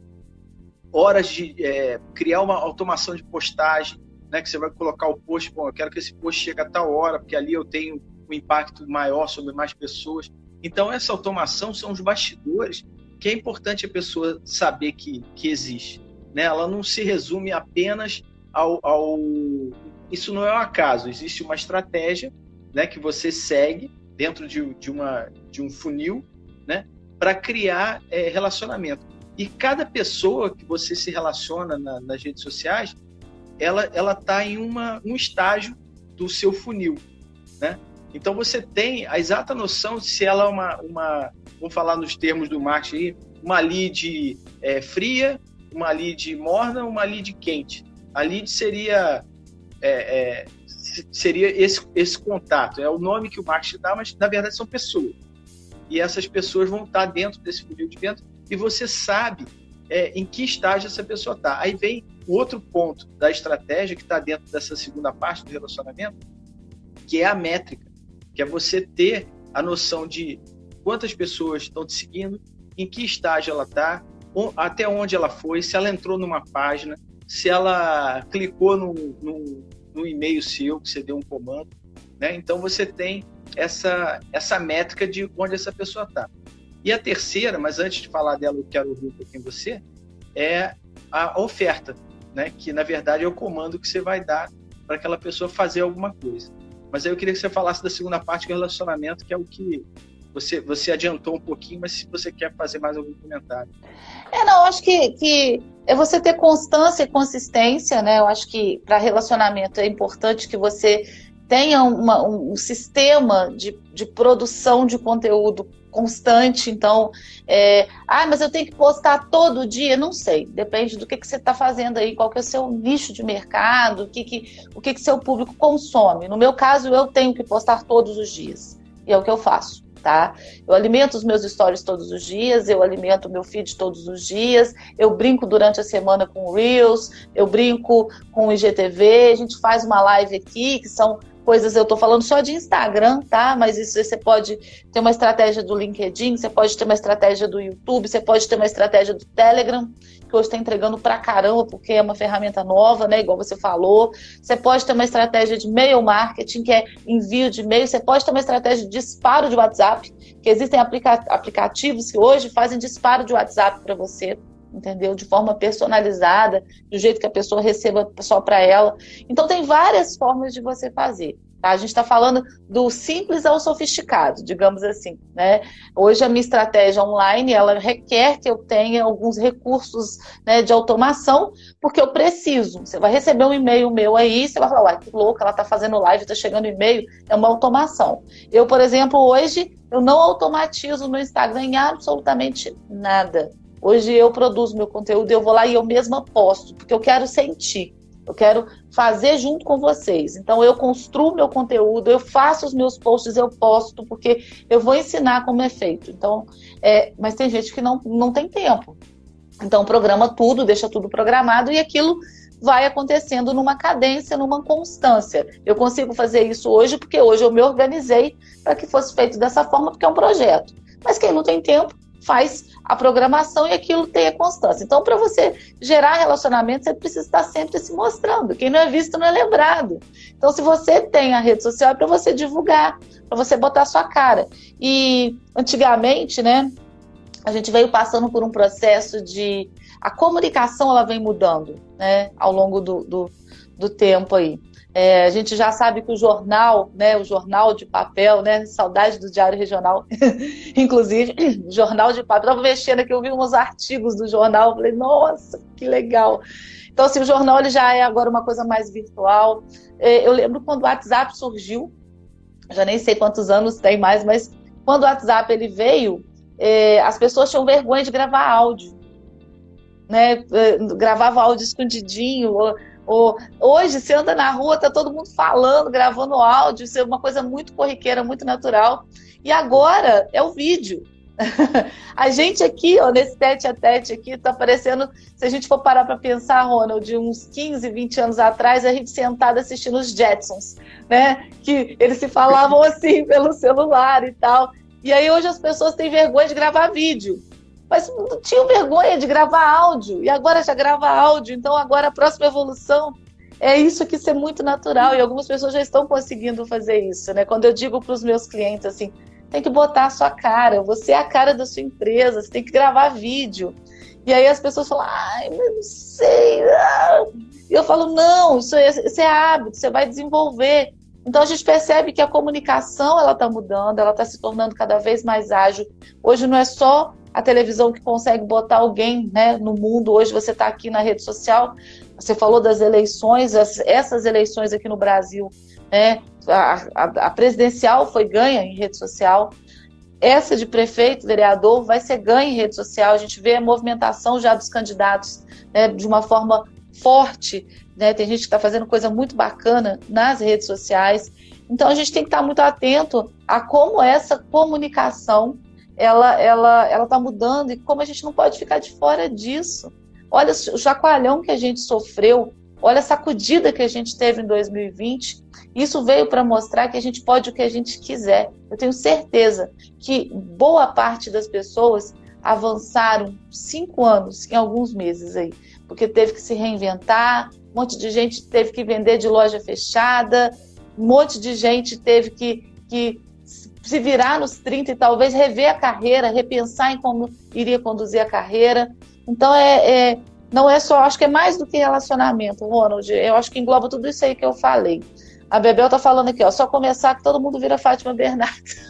horas de é, criar uma automação de postagem, né, que você vai colocar o post, bom, eu quero que esse post chegue a tal hora, porque ali eu tenho um impacto maior sobre mais pessoas. Então essa automação são os bastidores que é importante a pessoa saber que, que existe, né? Ela não se resume apenas ao, ao... Isso não é um acaso, existe uma estratégia, né, que você segue dentro de, de, uma, de um funil, né, para criar é, relacionamento. E cada pessoa que você se relaciona na, nas redes sociais, ela ela está em uma, um estágio do seu funil, né? Então você tem a exata noção de se ela é uma, uma vamos falar nos termos do marketing, uma lead é, fria, uma lead morna, uma lead quente. A lead seria, é, é, seria esse, esse contato, é o nome que o marketing dá, mas na verdade são pessoas. E essas pessoas vão estar dentro desse funil de venda e você sabe é, em que estágio essa pessoa está. Aí vem o outro ponto da estratégia que está dentro dessa segunda parte do relacionamento, que é a métrica, que é você ter a noção de quantas pessoas estão te seguindo, em que estágio ela está, até onde ela foi, se ela entrou numa página, se ela clicou no, no, no e-mail seu, que você deu um comando, né? Então você tem essa, essa métrica de onde essa pessoa está. E a terceira, mas antes de falar dela, eu quero ouvir um pouquinho você, é a oferta, né? Que na verdade é o comando que você vai dar para aquela pessoa fazer alguma coisa. Mas aí eu queria que você falasse da segunda parte, que é o relacionamento, que é o que você, você adiantou um pouquinho, mas se você quer fazer mais algum comentário. É, não, eu acho que, que é você ter constância e consistência, né? Eu acho que para relacionamento é importante que você tenha uma, um, um sistema de, de produção de conteúdo constante. Então, é, ah, mas eu tenho que postar todo dia? Não sei, depende do que, que você está fazendo aí, qual que é o seu nicho de mercado, o que que, o que que seu público consome. No meu caso, eu tenho que postar todos os dias, e é o que eu faço, tá? Eu alimento os meus stories todos os dias, eu alimento o meu feed todos os dias, eu brinco durante a semana com o Reels, eu brinco com o I G T V, a gente faz uma live aqui, que são coisas, eu estou falando só de Instagram, tá? Mas isso você pode ter uma estratégia do LinkedIn, você pode ter uma estratégia do YouTube, você pode ter uma estratégia do Telegram, que hoje está entregando pra caramba, porque é uma ferramenta nova, né? Igual você falou. Você pode ter uma estratégia de mail marketing, que é envio de e-mail. Você pode ter uma estratégia de disparo de WhatsApp, que existem aplica- aplicativos que hoje fazem disparo de WhatsApp para você, entendeu? De forma personalizada, do jeito que a pessoa receba só para ela. Então, tem várias formas de você fazer. Tá? A gente está falando do simples ao sofisticado, digamos assim, né? Hoje, a minha estratégia online, ela requer que eu tenha alguns recursos, né, de automação, porque eu preciso. Você vai receber um e-mail meu aí, você vai falar, uai, que louca, ela está fazendo live, está chegando e-mail, é uma automação. Eu, por exemplo, hoje, eu não automatizo no Instagram em absolutamente nada. Hoje eu produzo meu conteúdo, eu vou lá e eu mesma posto, porque eu quero sentir, eu quero fazer junto com vocês. Então eu construo meu conteúdo, eu faço os meus posts, eu posto, porque eu vou ensinar como é feito. Então, é, mas tem gente que não, não tem tempo. Então programa tudo, deixa tudo programado e aquilo vai acontecendo numa cadência, numa constância. Eu consigo fazer isso hoje porque hoje eu me organizei para que fosse feito dessa forma, porque é um projeto. Mas quem não tem tempo, faz a programação e aquilo tem a constância. Então, para você gerar relacionamento, você precisa estar sempre se mostrando. Quem não é visto não é lembrado. Então, se você tem a rede social, é para você divulgar, para você botar a sua cara. E, antigamente, né, a gente veio passando por um processo de... A comunicação, ela vem mudando, né, ao longo do, do, do tempo aí. É, a gente já sabe que o jornal, né, o jornal de papel, né, saudade do Diário Regional, inclusive, jornal de papel, estava mexendo aqui, eu vi uns artigos do jornal, falei, nossa, que legal. Então, assim, o jornal ele já é agora uma coisa mais virtual. É, eu lembro quando o WhatsApp surgiu, já nem sei quantos anos tem mais, mas quando o WhatsApp ele veio, é, as pessoas tinham vergonha de gravar áudio, né, é, gravava áudio escondidinho, ou, ou, hoje, você anda na rua, tá todo mundo falando, gravando áudio, isso é uma coisa muito corriqueira, muito natural. E agora é o vídeo. A gente aqui, ó, nesse tete a tete aqui, tá parecendo, se a gente for parar para pensar, Ronald, de uns quinze, vinte anos atrás, a gente sentada assistindo os Jetsons, né? Que eles se falavam assim pelo celular e tal. E aí hoje as pessoas têm vergonha de gravar vídeo. Mas não tinham vergonha de gravar áudio, e agora já grava áudio, então agora a próxima evolução é isso, que isso é muito natural, e algumas pessoas já estão conseguindo fazer isso, né? Quando eu digo para os meus clientes assim, tem que botar a sua cara, você é a cara da sua empresa, você tem que gravar vídeo. E aí as pessoas falam, ai, mas não sei. E eu falo, não, isso é, isso é hábito, você vai desenvolver. Então a gente percebe que a comunicação ela está mudando, ela está se tornando cada vez mais ágil. Hoje não é só a televisão que consegue botar alguém, né, no mundo, hoje você está aqui na rede social, você falou das eleições, essas eleições aqui no Brasil, né, a, a, a presidencial foi ganha em rede social, essa de prefeito, vereador, vai ser ganha em rede social, a gente vê a movimentação já dos candidatos, né, de uma forma forte, né, tem gente que está fazendo coisa muito bacana nas redes sociais, então a gente tem que estar muito atento a como essa comunicação ela ela ela está mudando e como a gente não pode ficar de fora disso. Olha o chacoalhão que a gente sofreu, olha a sacudida que a gente teve em dois mil e vinte, isso veio para mostrar que a gente pode o que a gente quiser. Eu tenho certeza que boa parte das pessoas avançaram cinco anos em alguns meses aí, porque teve que se reinventar, um monte de gente teve que vender de loja fechada, um monte de gente teve que, que se virar nos trinta e talvez rever a carreira, repensar em como iria conduzir a carreira. Então, é, é, não é só, acho que é mais do que relacionamento, Ronald, eu acho que engloba tudo isso aí que eu falei. A Bebel tá falando aqui, ó, só começar que todo mundo vira Fátima Bernardes.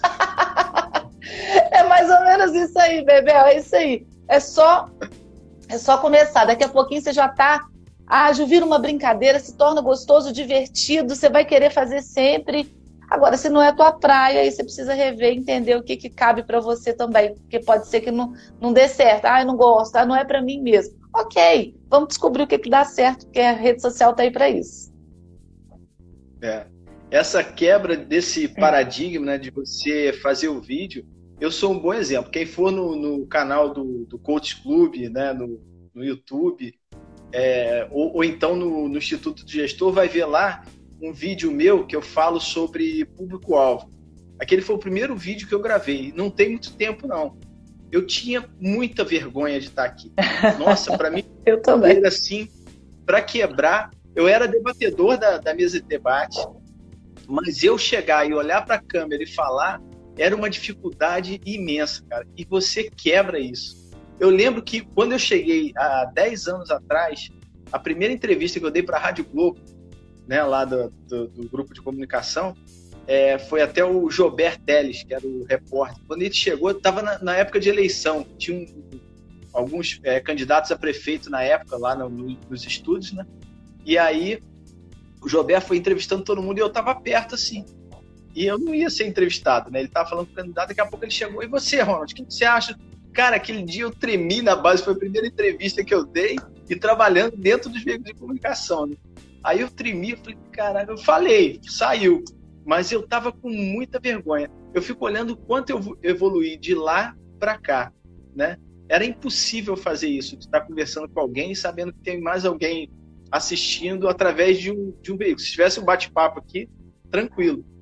É mais ou menos isso aí, Bebel, é isso aí. É só, é só começar, daqui a pouquinho você já tá ágil, vira uma brincadeira, se torna gostoso, divertido, você vai querer fazer sempre. Agora, se não é a tua praia, aí você precisa rever, entender o que, que cabe para você também, porque pode ser que não, não dê certo. Ah, eu não gosto, ah, não é para mim mesmo. Ok, vamos descobrir o que, que dá certo, porque a rede social está aí para isso. É. Essa quebra desse paradigma, né, de você fazer o vídeo, eu sou um bom exemplo. Quem for no, no canal do, do Coach Club, né, no, no YouTube, é, ou, ou então no, no Instituto de Gestor, vai ver lá um vídeo meu que eu falo sobre público-alvo. Aquele foi o primeiro vídeo que eu gravei. Não tem muito tempo, não. Eu tinha muita vergonha de estar aqui. Nossa, para mim, eu também. Era assim, para quebrar. Eu era debatedor da, da mesa de debate, mas eu chegar e olhar para a câmera e falar era uma dificuldade imensa, cara. E você quebra isso. Eu lembro que quando eu cheguei há dez anos atrás, a primeira entrevista que eu dei para a Rádio Globo, né, lá do, do, do grupo de comunicação, é, foi até o Jober Teles, que era o repórter. Quando ele chegou, estava na, na época de eleição, tinha um, alguns é, candidatos a prefeito na época, lá no, no, nos estúdios, né? E aí o Jober foi entrevistando todo mundo e eu estava perto, assim. E eu não ia ser entrevistado, né? Ele estava falando com o candidato, daqui a pouco ele chegou. E você, Ronald, o que você acha? Cara, aquele dia eu tremi na base, foi a primeira entrevista que eu dei e trabalhando dentro dos veículos de comunicação, né? Aí eu tremi, eu falei, caralho, eu falei, saiu. Mas eu tava com muita vergonha. Eu fico olhando o quanto eu evoluí de lá para cá, né? Era impossível fazer isso, de estar conversando com alguém, sabendo que tem mais alguém assistindo através de um, de um veículo. Se tivesse um bate-papo aqui, tranquilo.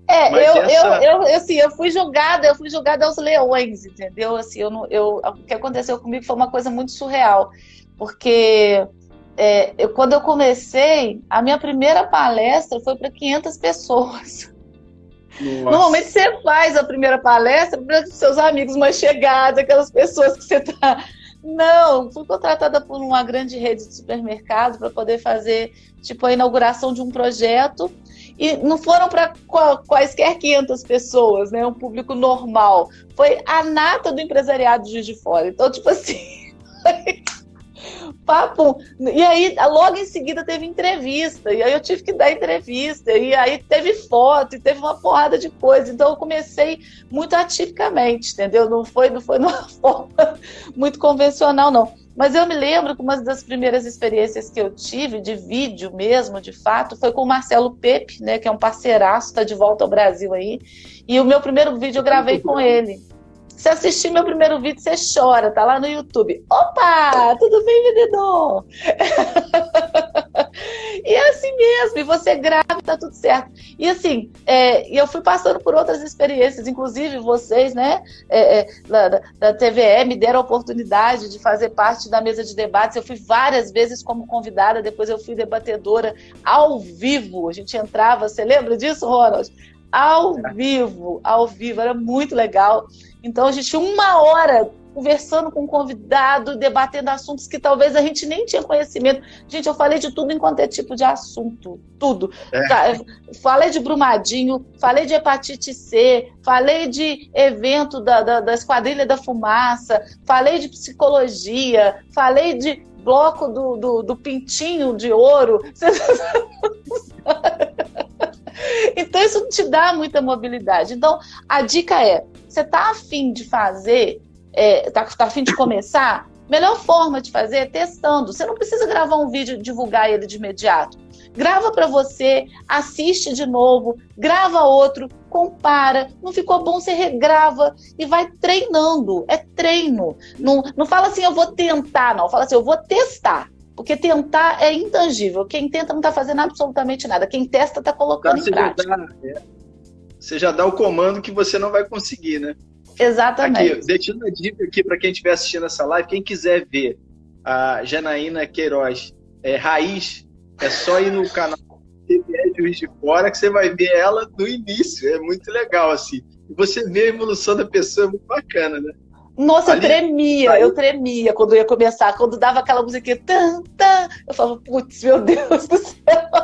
É, Mas eu, essa... eu, eu, assim, eu fui julgada, eu fui julgada aos leões, entendeu? Assim, eu, não- eu, o que aconteceu comigo foi uma coisa muito surreal, porque é, eu, quando eu comecei, a minha primeira palestra foi para quinhentas pessoas. Normalmente Nossa. você faz a primeira palestra para os seus amigos mais chegados, aquelas pessoas que você está... Não, fui contratada por uma grande rede de supermercado para poder fazer tipo a inauguração de um projeto e não foram para quaisquer quinhentas pessoas, né? Um público normal. Foi a nata do empresariado de Juiz de Fora. Então, tipo assim... Papo. E aí, logo em seguida, teve entrevista. E aí eu tive que dar entrevista. E aí teve foto, e teve uma porrada de coisa. Então eu comecei muito atipicamente, entendeu? Não foi, não foi numa forma muito convencional, não. Mas eu me lembro que uma das primeiras experiências que eu tive, de vídeo mesmo, de fato, foi com o Marcelo Pepe, né? Que é um parceiraço, está de volta ao Brasil aí. E o meu primeiro vídeo eu gravei com ele. Se assistir meu primeiro vídeo, você chora, tá lá no YouTube. Opa, tudo bem, menino? E é assim mesmo, e você grava, tá tudo certo. E assim, é, eu fui passando por outras experiências, inclusive vocês, né, é, é, da, da T V E, me deram a oportunidade de fazer parte da mesa de debates. Eu fui várias vezes como convidada, depois eu fui debatedora ao vivo. A gente entrava, você lembra disso, Ronald? Ao vivo, ao vivo, era muito legal. Então a gente tinha uma hora conversando com um convidado, debatendo assuntos que talvez a gente nem tinha conhecimento. Gente, eu falei de tudo enquanto é tipo de assunto, tudo. É. Falei de Brumadinho, falei de hepatite C, falei de evento da, da, da Esquadrilha da Fumaça, falei de psicologia, falei de bloco do, do, do Pintinho de Ouro. Então isso te dá muita mobilidade. Então a dica é, você está afim de fazer, está é, tá afim de começar, melhor forma de fazer é testando. Você não precisa gravar um vídeo e divulgar ele de imediato. Grava para você, assiste de novo, grava outro, compara. Não ficou bom, você regrava e vai treinando. É treino. Não, não fala assim, eu vou tentar, não. Fala assim, eu vou testar. Porque tentar é intangível. Quem tenta não está fazendo absolutamente nada. Quem testa está colocando você em prática. Já dá, é, você já dá o comando que você não vai conseguir, né? Exatamente. Aqui, deixando uma dica aqui para quem estiver assistindo essa live, quem quiser ver a Janaína Queiroz é, raiz, é só ir no canal T V E Juiz de Fora que você vai ver ela no início. É muito legal, assim. E você vê a evolução da pessoa, é muito bacana, né? Nossa, Ali, eu tremia, aí... eu tremia quando ia começar, quando dava aquela musiquinha, tan, tan, eu falava, putz, meu Deus do céu.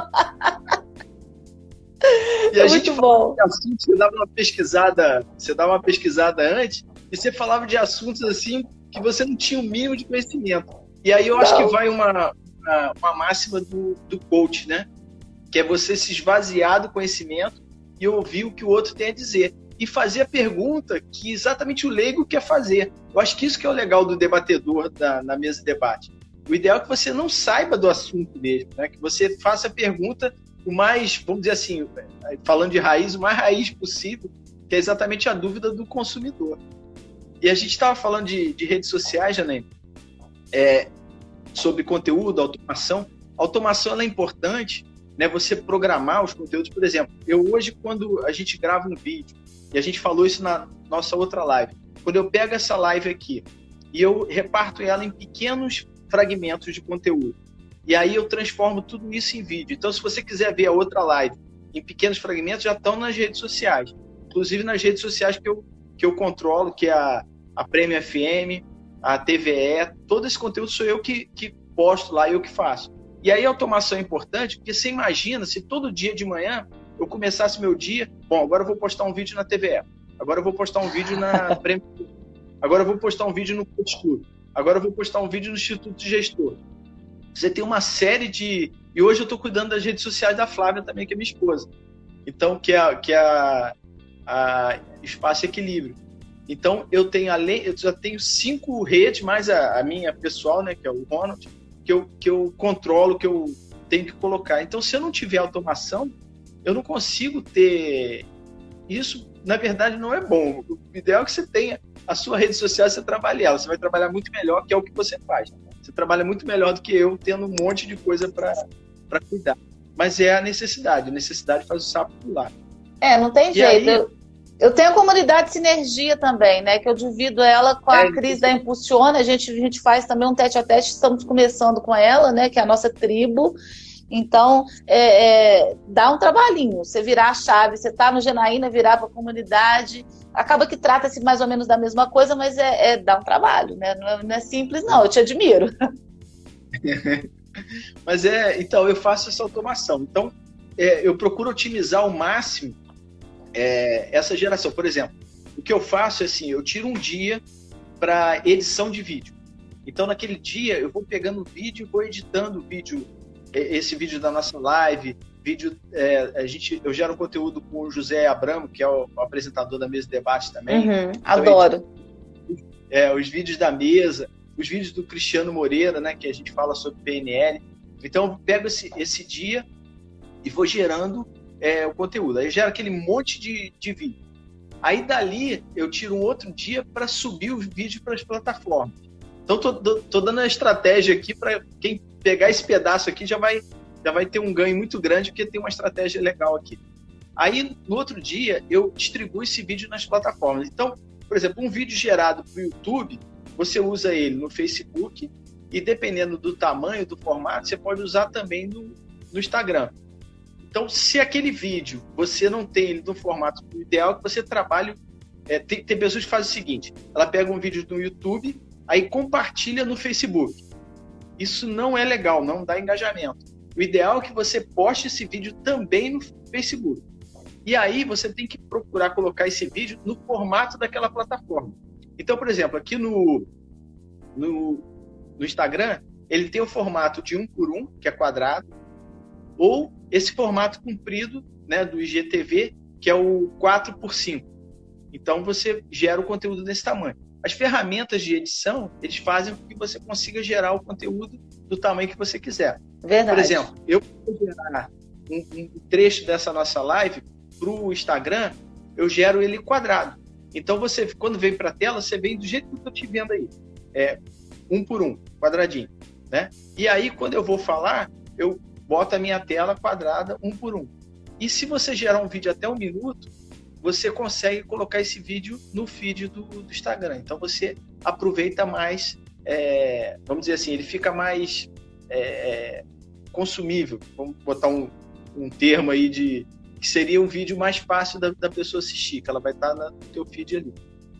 E é a muito gente bom. De assuntos, você dava uma pesquisada, você dava uma pesquisada antes, e você falava de assuntos assim que você não tinha o mínimo de conhecimento. E aí eu não. acho que vai uma, uma, uma máxima do, do coach, né? Que é você se esvaziar do conhecimento e ouvir o que o outro tem a dizer. E fazer a pergunta que exatamente o leigo quer fazer. Eu acho que isso que é o legal do debatedor da, na mesa de debate. O ideal é que você não saiba do assunto mesmo, né? Que você faça a pergunta o mais, vamos dizer assim, falando de raiz, o mais raiz possível, que é exatamente a dúvida do consumidor. E a gente estava falando de, de redes sociais, Janaína, é, sobre conteúdo, automação. A automação ela é importante, né? Você programar os conteúdos. Por exemplo, eu hoje, quando a gente grava um vídeo, e a gente falou isso na nossa outra live. Quando eu pego essa live aqui e eu reparto ela em pequenos fragmentos de conteúdo, e aí eu transformo tudo isso em vídeo. Então, se você quiser ver a outra live em pequenos fragmentos, já estão nas redes sociais. Inclusive nas redes sociais que eu, que eu controlo, que é a, a Prêmio F M, a T V E, todo esse conteúdo sou eu que, que posto lá, eu que faço. E aí a automação é importante, porque você imagina se todo dia de manhã eu começasse meu dia, bom, agora eu vou postar um vídeo na T V E, agora eu vou postar um vídeo na Prêmio, agora eu vou postar um vídeo no Coach Club, agora eu vou postar um vídeo no Instituto de Gestor. Você tem uma série de... E hoje eu estou cuidando das redes sociais da Flávia também, que é minha esposa. Então, que é, que é a, a Espaço Equilíbrio. Então, eu tenho além, eu já tenho cinco redes, mais a, a minha pessoal, né, que é o Ronald, que eu, que eu controlo, que eu tenho que colocar. Então, se eu não tiver automação, eu não consigo ter... Isso, na verdade, não é bom. O ideal é que você tenha a sua rede social, você trabalhe ela. Você vai trabalhar muito melhor, que é o que você faz. Você trabalha muito melhor do que eu, tendo um monte de coisa para cuidar. Mas é a necessidade. A necessidade faz o sapo pular. É, não tem E jeito. aí, Eu, eu tenho a comunidade Sinergia também, né? Que eu divido ela com a é, Cris da Impulsiona. A gente, a gente faz também um tete a tete, estamos começando com ela, né? Que é a nossa tribo. Então, é, é, dá um trabalhinho. Você virar a chave, você tá no Janaína, virar para a comunidade. Acaba que trata-se mais ou menos da mesma coisa, mas é, é dá um trabalho, né? Não é, não é simples, não. Eu te admiro. Mas é, então eu faço essa automação. Então, é, eu procuro otimizar ao máximo é, essa geração. Por exemplo, o que eu faço é assim, eu tiro um dia para edição de vídeo. Então, naquele dia, eu vou pegando o vídeo e vou editando o vídeo, esse vídeo da nossa live, vídeo, é, a gente, eu gero conteúdo com o José Abramo, que é o, o apresentador da mesa de debate também. Uhum, adoro. Edito, é, os vídeos da mesa, os vídeos do Cristiano Moreira, né, que a gente fala sobre P N L. Então, eu pego esse, esse dia e vou gerando é, o conteúdo. Aí eu gero aquele monte de, de vídeo. Aí, dali, eu tiro um outro dia para subir o vídeo para as plataformas. Então, tô, tô dando a estratégia aqui para quem pegar esse pedaço aqui já vai, já vai ter um ganho muito grande, porque tem uma estratégia legal aqui. Aí, no outro dia, eu distribuo esse vídeo nas plataformas. Então, por exemplo, um vídeo gerado para o YouTube, você usa ele no Facebook e, dependendo do tamanho, do formato, você pode usar também no, no Instagram. Então, se aquele vídeo você não tem ele no formato ideal, é que você trabalhe... É, tem, tem pessoas que fazem o seguinte, ela pega um vídeo no YouTube, aí compartilha no Facebook. Isso não é legal, não dá engajamento. O ideal é que você poste esse vídeo também no Facebook. E aí você tem que procurar colocar esse vídeo no formato daquela plataforma. Então, por exemplo, aqui no, no, no Instagram, ele tem o formato de um por um, que é quadrado, ou esse formato comprido, né, do I G T V, que é o quatro por cinco. Então, você gera o conteúdo desse tamanho. As ferramentas de edição, eles fazem com que você consiga gerar o conteúdo do tamanho que você quiser. Verdade. Por exemplo, eu vou gerar um, um trecho dessa nossa live para o Instagram, eu gero ele quadrado. Então, você, quando vem para a tela, você vem do jeito que eu estou te vendo aí. É, um por um, quadradinho. Né? E aí, quando eu vou falar, eu boto a minha tela quadrada, um por um. E se você gerar um vídeo até um minuto, você consegue colocar esse vídeo no feed do, do Instagram. Então, você aproveita mais, é, vamos dizer assim, ele fica mais é, consumível. Vamos botar um, um termo aí de... que seria um vídeo mais fácil da, da pessoa assistir, que ela vai estar no teu feed ali.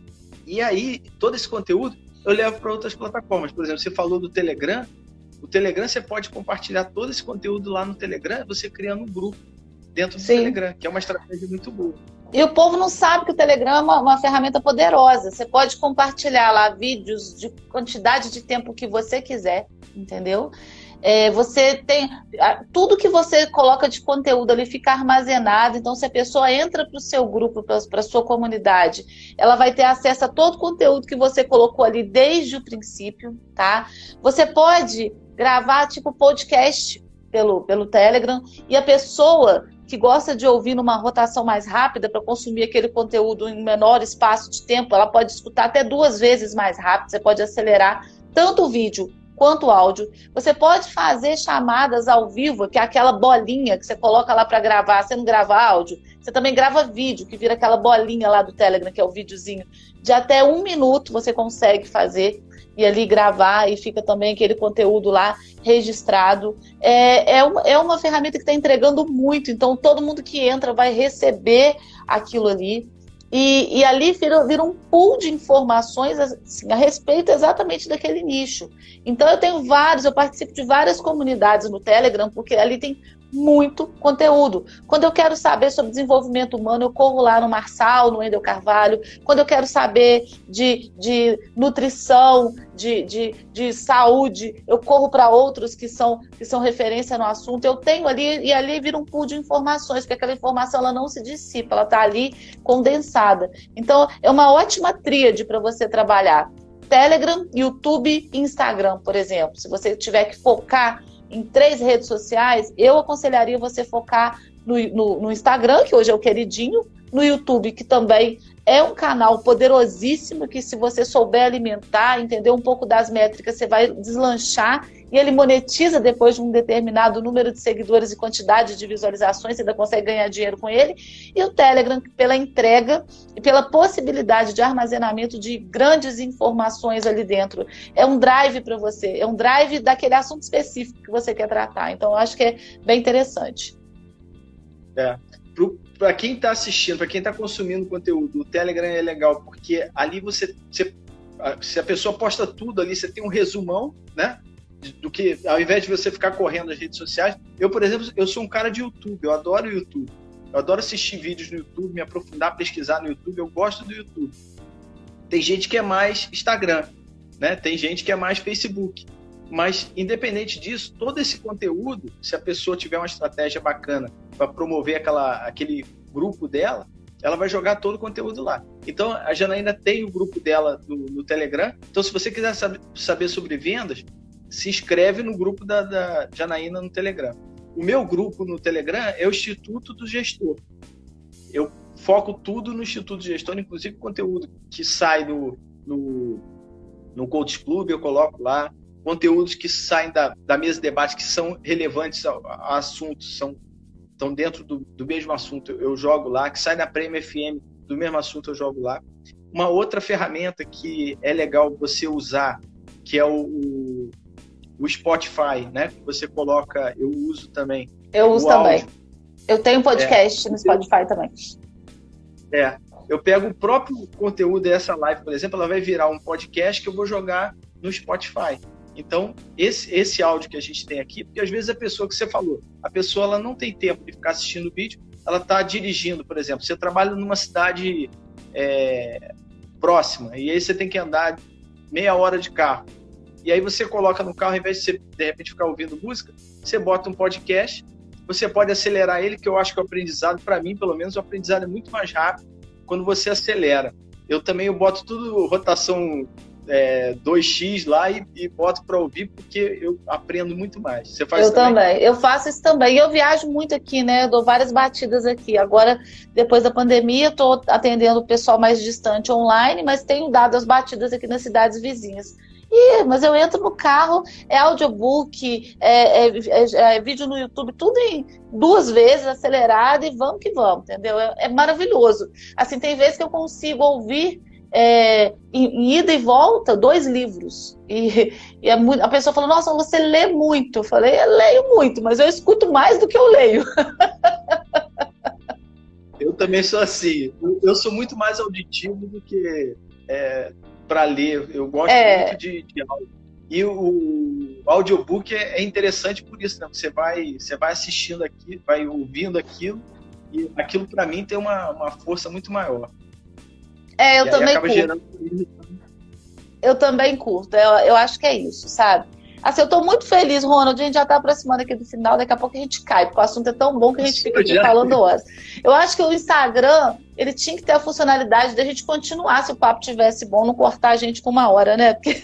E aí, todo esse conteúdo eu levo para outras plataformas. Por exemplo, você falou do Telegram. O Telegram, você pode compartilhar todo esse conteúdo lá no Telegram, você criando um grupo dentro do Sim. Telegram, que é uma estratégia muito boa. E o povo não sabe que o Telegram é uma, uma ferramenta poderosa. Você pode compartilhar lá vídeos de quantidade de tempo que você quiser, entendeu? É, você tem... Tudo que você coloca de conteúdo ali fica armazenado. Então, se a pessoa entra para o seu grupo, para a sua comunidade, ela vai ter acesso a todo o conteúdo que você colocou ali desde o princípio, tá? Você pode gravar, tipo, podcast pelo, pelo Telegram, e a pessoa que gosta de ouvir numa rotação mais rápida para consumir aquele conteúdo em menor espaço de tempo, ela pode escutar até duas vezes mais rápido. Você pode acelerar tanto o vídeo quanto o áudio. Você pode fazer chamadas ao vivo, que é aquela bolinha que você coloca lá para gravar. Você não grava áudio, você também grava vídeo, que vira aquela bolinha lá do Telegram, que é o videozinho. De até um minuto você consegue fazer e ali gravar, e fica também aquele conteúdo lá registrado. É, é, uma, é uma ferramenta que está entregando muito, então todo mundo que entra vai receber aquilo ali. E, e ali vira, vira um pool de informações assim, a respeito exatamente daquele nicho. Então eu tenho vários, eu participo de várias comunidades no Telegram, porque ali tem muito conteúdo. Quando eu quero saber sobre desenvolvimento humano, eu corro lá no Marçal, no Wendel Carvalho. Quando eu quero saber de, de nutrição, de, de, de saúde, eu corro para outros que são, que são referência no assunto. Eu tenho ali, e ali vira um pool de informações, porque aquela informação ela não se dissipa, ela está ali condensada. Então, é uma ótima tríade para você trabalhar. Telegram, YouTube e Instagram, por exemplo. Se você tiver que focar em três redes sociais, eu aconselharia você focar no, no, no Instagram, que hoje é o queridinho, no YouTube, que também é um canal poderosíssimo, que se você souber alimentar, entender um pouco das métricas, você vai deslanchar, e ele monetiza depois de um determinado número de seguidores e quantidade de visualizações, você ainda consegue ganhar dinheiro com ele. E o Telegram, pela entrega e pela possibilidade de armazenamento de grandes informações ali dentro. É um drive para você, é um drive daquele assunto específico que você quer tratar. Então, eu acho que é bem interessante. É. Para quem está assistindo, para quem está consumindo conteúdo, o Telegram é legal, porque ali você, você, se a pessoa posta tudo ali, você tem um resumão, né? Do que, ao invés de você ficar correndo nas redes sociais. Eu, por exemplo, eu sou um cara de YouTube, eu adoro o YouTube. Eu adoro assistir vídeos no YouTube, me aprofundar, pesquisar no YouTube, eu gosto do YouTube. Tem gente que é mais Instagram, né? Tem gente que é mais Facebook. Mas, independente disso, todo esse conteúdo, se a pessoa tiver uma estratégia bacana para promover aquela, aquele grupo dela, ela vai jogar todo o conteúdo lá. Então, a Janaína tem o grupo dela no, no Telegram. Então, se você quiser saber, saber sobre vendas, se inscreve no grupo da, da Janaína no Telegram. O meu grupo no Telegram é o Instituto do Gestor. Eu foco tudo no Instituto do Gestor, inclusive o conteúdo que sai no, no, no Coach Club, eu coloco lá. Conteúdos que saem da, da mesa de debate, que são relevantes a, a assuntos, são, estão dentro do, do mesmo assunto, eu jogo lá. Que sai da Prêmio F M, do mesmo assunto, eu jogo lá. Uma outra ferramenta que é legal você usar, que é o, o, o Spotify, né? Que você coloca, eu uso também. Eu uso também. Áudio. Eu tenho podcast é, no Spotify eu, também. É, eu pego o próprio conteúdo dessa live, por exemplo, ela vai virar um podcast que eu vou jogar no Spotify. Então, esse, esse áudio que a gente tem aqui, porque às vezes a pessoa que você falou, a pessoa ela não tem tempo de ficar assistindo o vídeo, ela está dirigindo, por exemplo. Você trabalha numa cidade é, próxima, e aí você tem que andar meia hora de carro. E aí você coloca no carro, ao invés de você, de repente, ficar ouvindo música, você bota um podcast, você pode acelerar ele, que eu acho que o aprendizado, para mim, pelo menos, o aprendizado é muito mais rápido quando você acelera. Eu também eu boto tudo rotação É, dois x lá e, e boto para ouvir, porque eu aprendo muito mais. Você faz eu também? também, eu faço isso também. Eu viajo muito aqui, né? Eu dou várias batidas aqui. Agora, depois da pandemia, estou atendendo o pessoal mais distante online, mas tenho dado as batidas aqui nas cidades vizinhas. E, mas eu entro no carro, é audiobook, é, é, é, é vídeo no YouTube, tudo em duas vezes acelerado e vamos que vamos, entendeu? É, é maravilhoso. Assim, tem vezes que eu consigo ouvir É, em, em ida e volta, dois livros. E, e é muito, a pessoa falou, nossa, você lê muito. Eu falei, eu leio muito, mas eu escuto mais do que eu leio. Eu também sou assim. Eu, eu sou muito mais auditivo do que é, para ler. Eu gosto é... muito de, de áudio. E o, o audiobook é, é interessante por isso, né? Você vai, você vai assistindo aqui, vai ouvindo aquilo, e aquilo para mim tem uma, uma força muito maior. É, eu e também curto. Gerando... Eu também curto. Eu, eu acho que é isso, sabe? Assim, eu tô muito feliz, Ronald. A gente já tá aproximando aqui do final. Daqui a pouco a gente cai, porque o assunto é tão bom que a gente fica aqui falando horas. Eu acho que o Instagram, ele tinha que ter a funcionalidade de a gente continuar, se o papo tivesse bom, não cortar a gente com uma hora, né? Porque...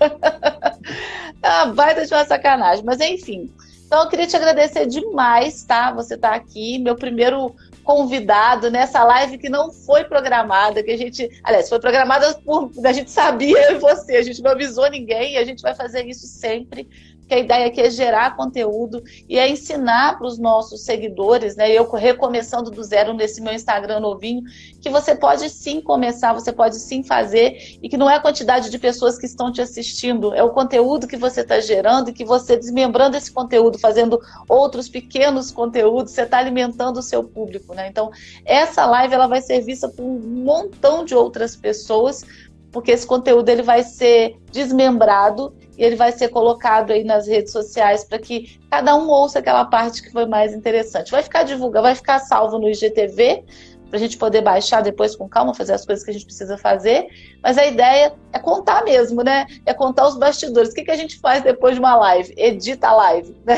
ah, vai deixar uma sacanagem. Mas, enfim. Então, eu queria te agradecer demais, tá? Você tá aqui. Meu primeiro... convidado nessa live que não foi programada, que a gente, aliás, foi programada por, a gente sabia você, a gente não avisou ninguém e a gente vai fazer isso sempre, porque a ideia aqui é gerar conteúdo e é ensinar para os nossos seguidores, né, eu recomeçando do zero nesse meu Instagram novinho, que você pode sim começar, você pode sim fazer e que não é a quantidade de pessoas que estão te assistindo, é o conteúdo que você está gerando e que você desmembrando esse conteúdo, fazendo outros pequenos conteúdos, você está alimentando o seu público, né? Então, essa live ela vai ser vista por um montão de outras pessoas, porque esse conteúdo ele vai ser desmembrado e ele vai ser colocado aí nas redes sociais para que cada um ouça aquela parte que foi mais interessante. Vai ficar divulgado, vai ficar salvo no I G T V, para a gente poder baixar depois com calma, fazer as coisas que a gente precisa fazer, mas a ideia é contar mesmo, né? É contar os bastidores. O que, que a gente faz depois de uma live? Edita a live, né?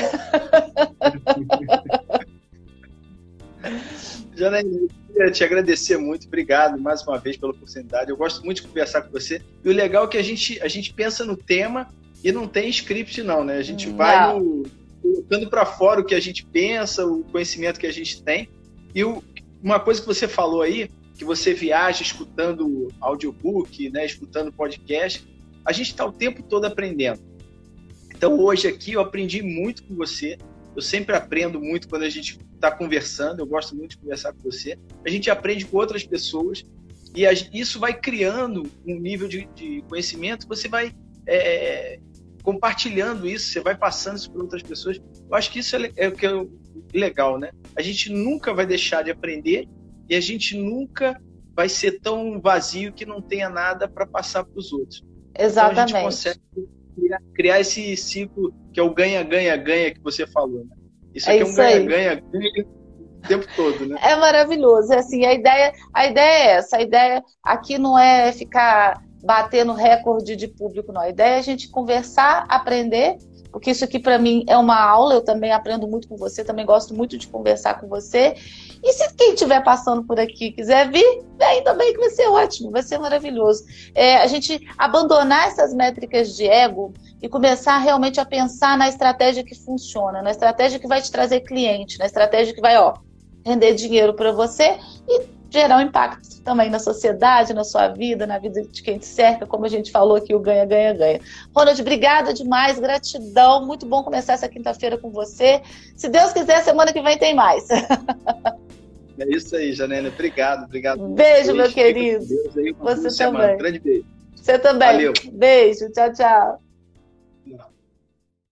Janaína, eu queria te agradecer muito, obrigado mais uma vez pela oportunidade. Eu gosto muito de conversar com você. E o legal é que a gente, a gente pensa no tema e não tem script, não, né? A gente não. vai no, colocando para fora o que a gente pensa, o conhecimento que a gente tem. E o, uma coisa que você falou aí, que você viaja escutando audiobook, né, escutando podcast, a gente está o tempo todo aprendendo. Então, hoje aqui eu aprendi muito com você. Eu sempre aprendo muito quando a gente está conversando. Eu gosto muito de conversar com você. A gente aprende com outras pessoas e isso vai criando um nível de, de conhecimento. Você vai é, compartilhando isso, você vai passando isso para outras pessoas. Eu acho que isso é, é o que é legal, né? A gente nunca vai deixar de aprender e a gente nunca vai ser tão vazio que não tenha nada para passar para os outros. Exatamente. Então, a gente consegue criar esse ciclo que é o ganha-ganha-ganha que você falou, né? Isso aqui é, é um ganha-ganha-ganha o tempo todo, né? É maravilhoso. Assim, a ideia, a ideia é essa. A ideia aqui não é ficar batendo recorde de público, não. A ideia é a gente conversar, aprender, porque isso aqui para mim é uma aula. Eu também aprendo muito com você, também gosto muito de conversar com você. E se quem estiver passando por aqui quiser vir, vem também, que vai ser ótimo, vai ser maravilhoso. É, a gente abandonar essas métricas de ego e começar realmente a pensar na estratégia que funciona, na estratégia que vai te trazer cliente, na estratégia que vai, ó, render dinheiro para você e gerar um impacto também na sociedade, na sua vida, na vida de quem te cerca, como a gente falou aqui, o ganha-ganha-ganha. Ronald, obrigada demais, gratidão, muito bom começar essa quinta-feira com você. Se Deus quiser, semana que vem tem mais. É isso aí, Janela, obrigado, obrigado. Beijo, meu querido. Deus aí, você também. Semana. Grande beijo. Você também. Valeu. Beijo, tchau, tchau.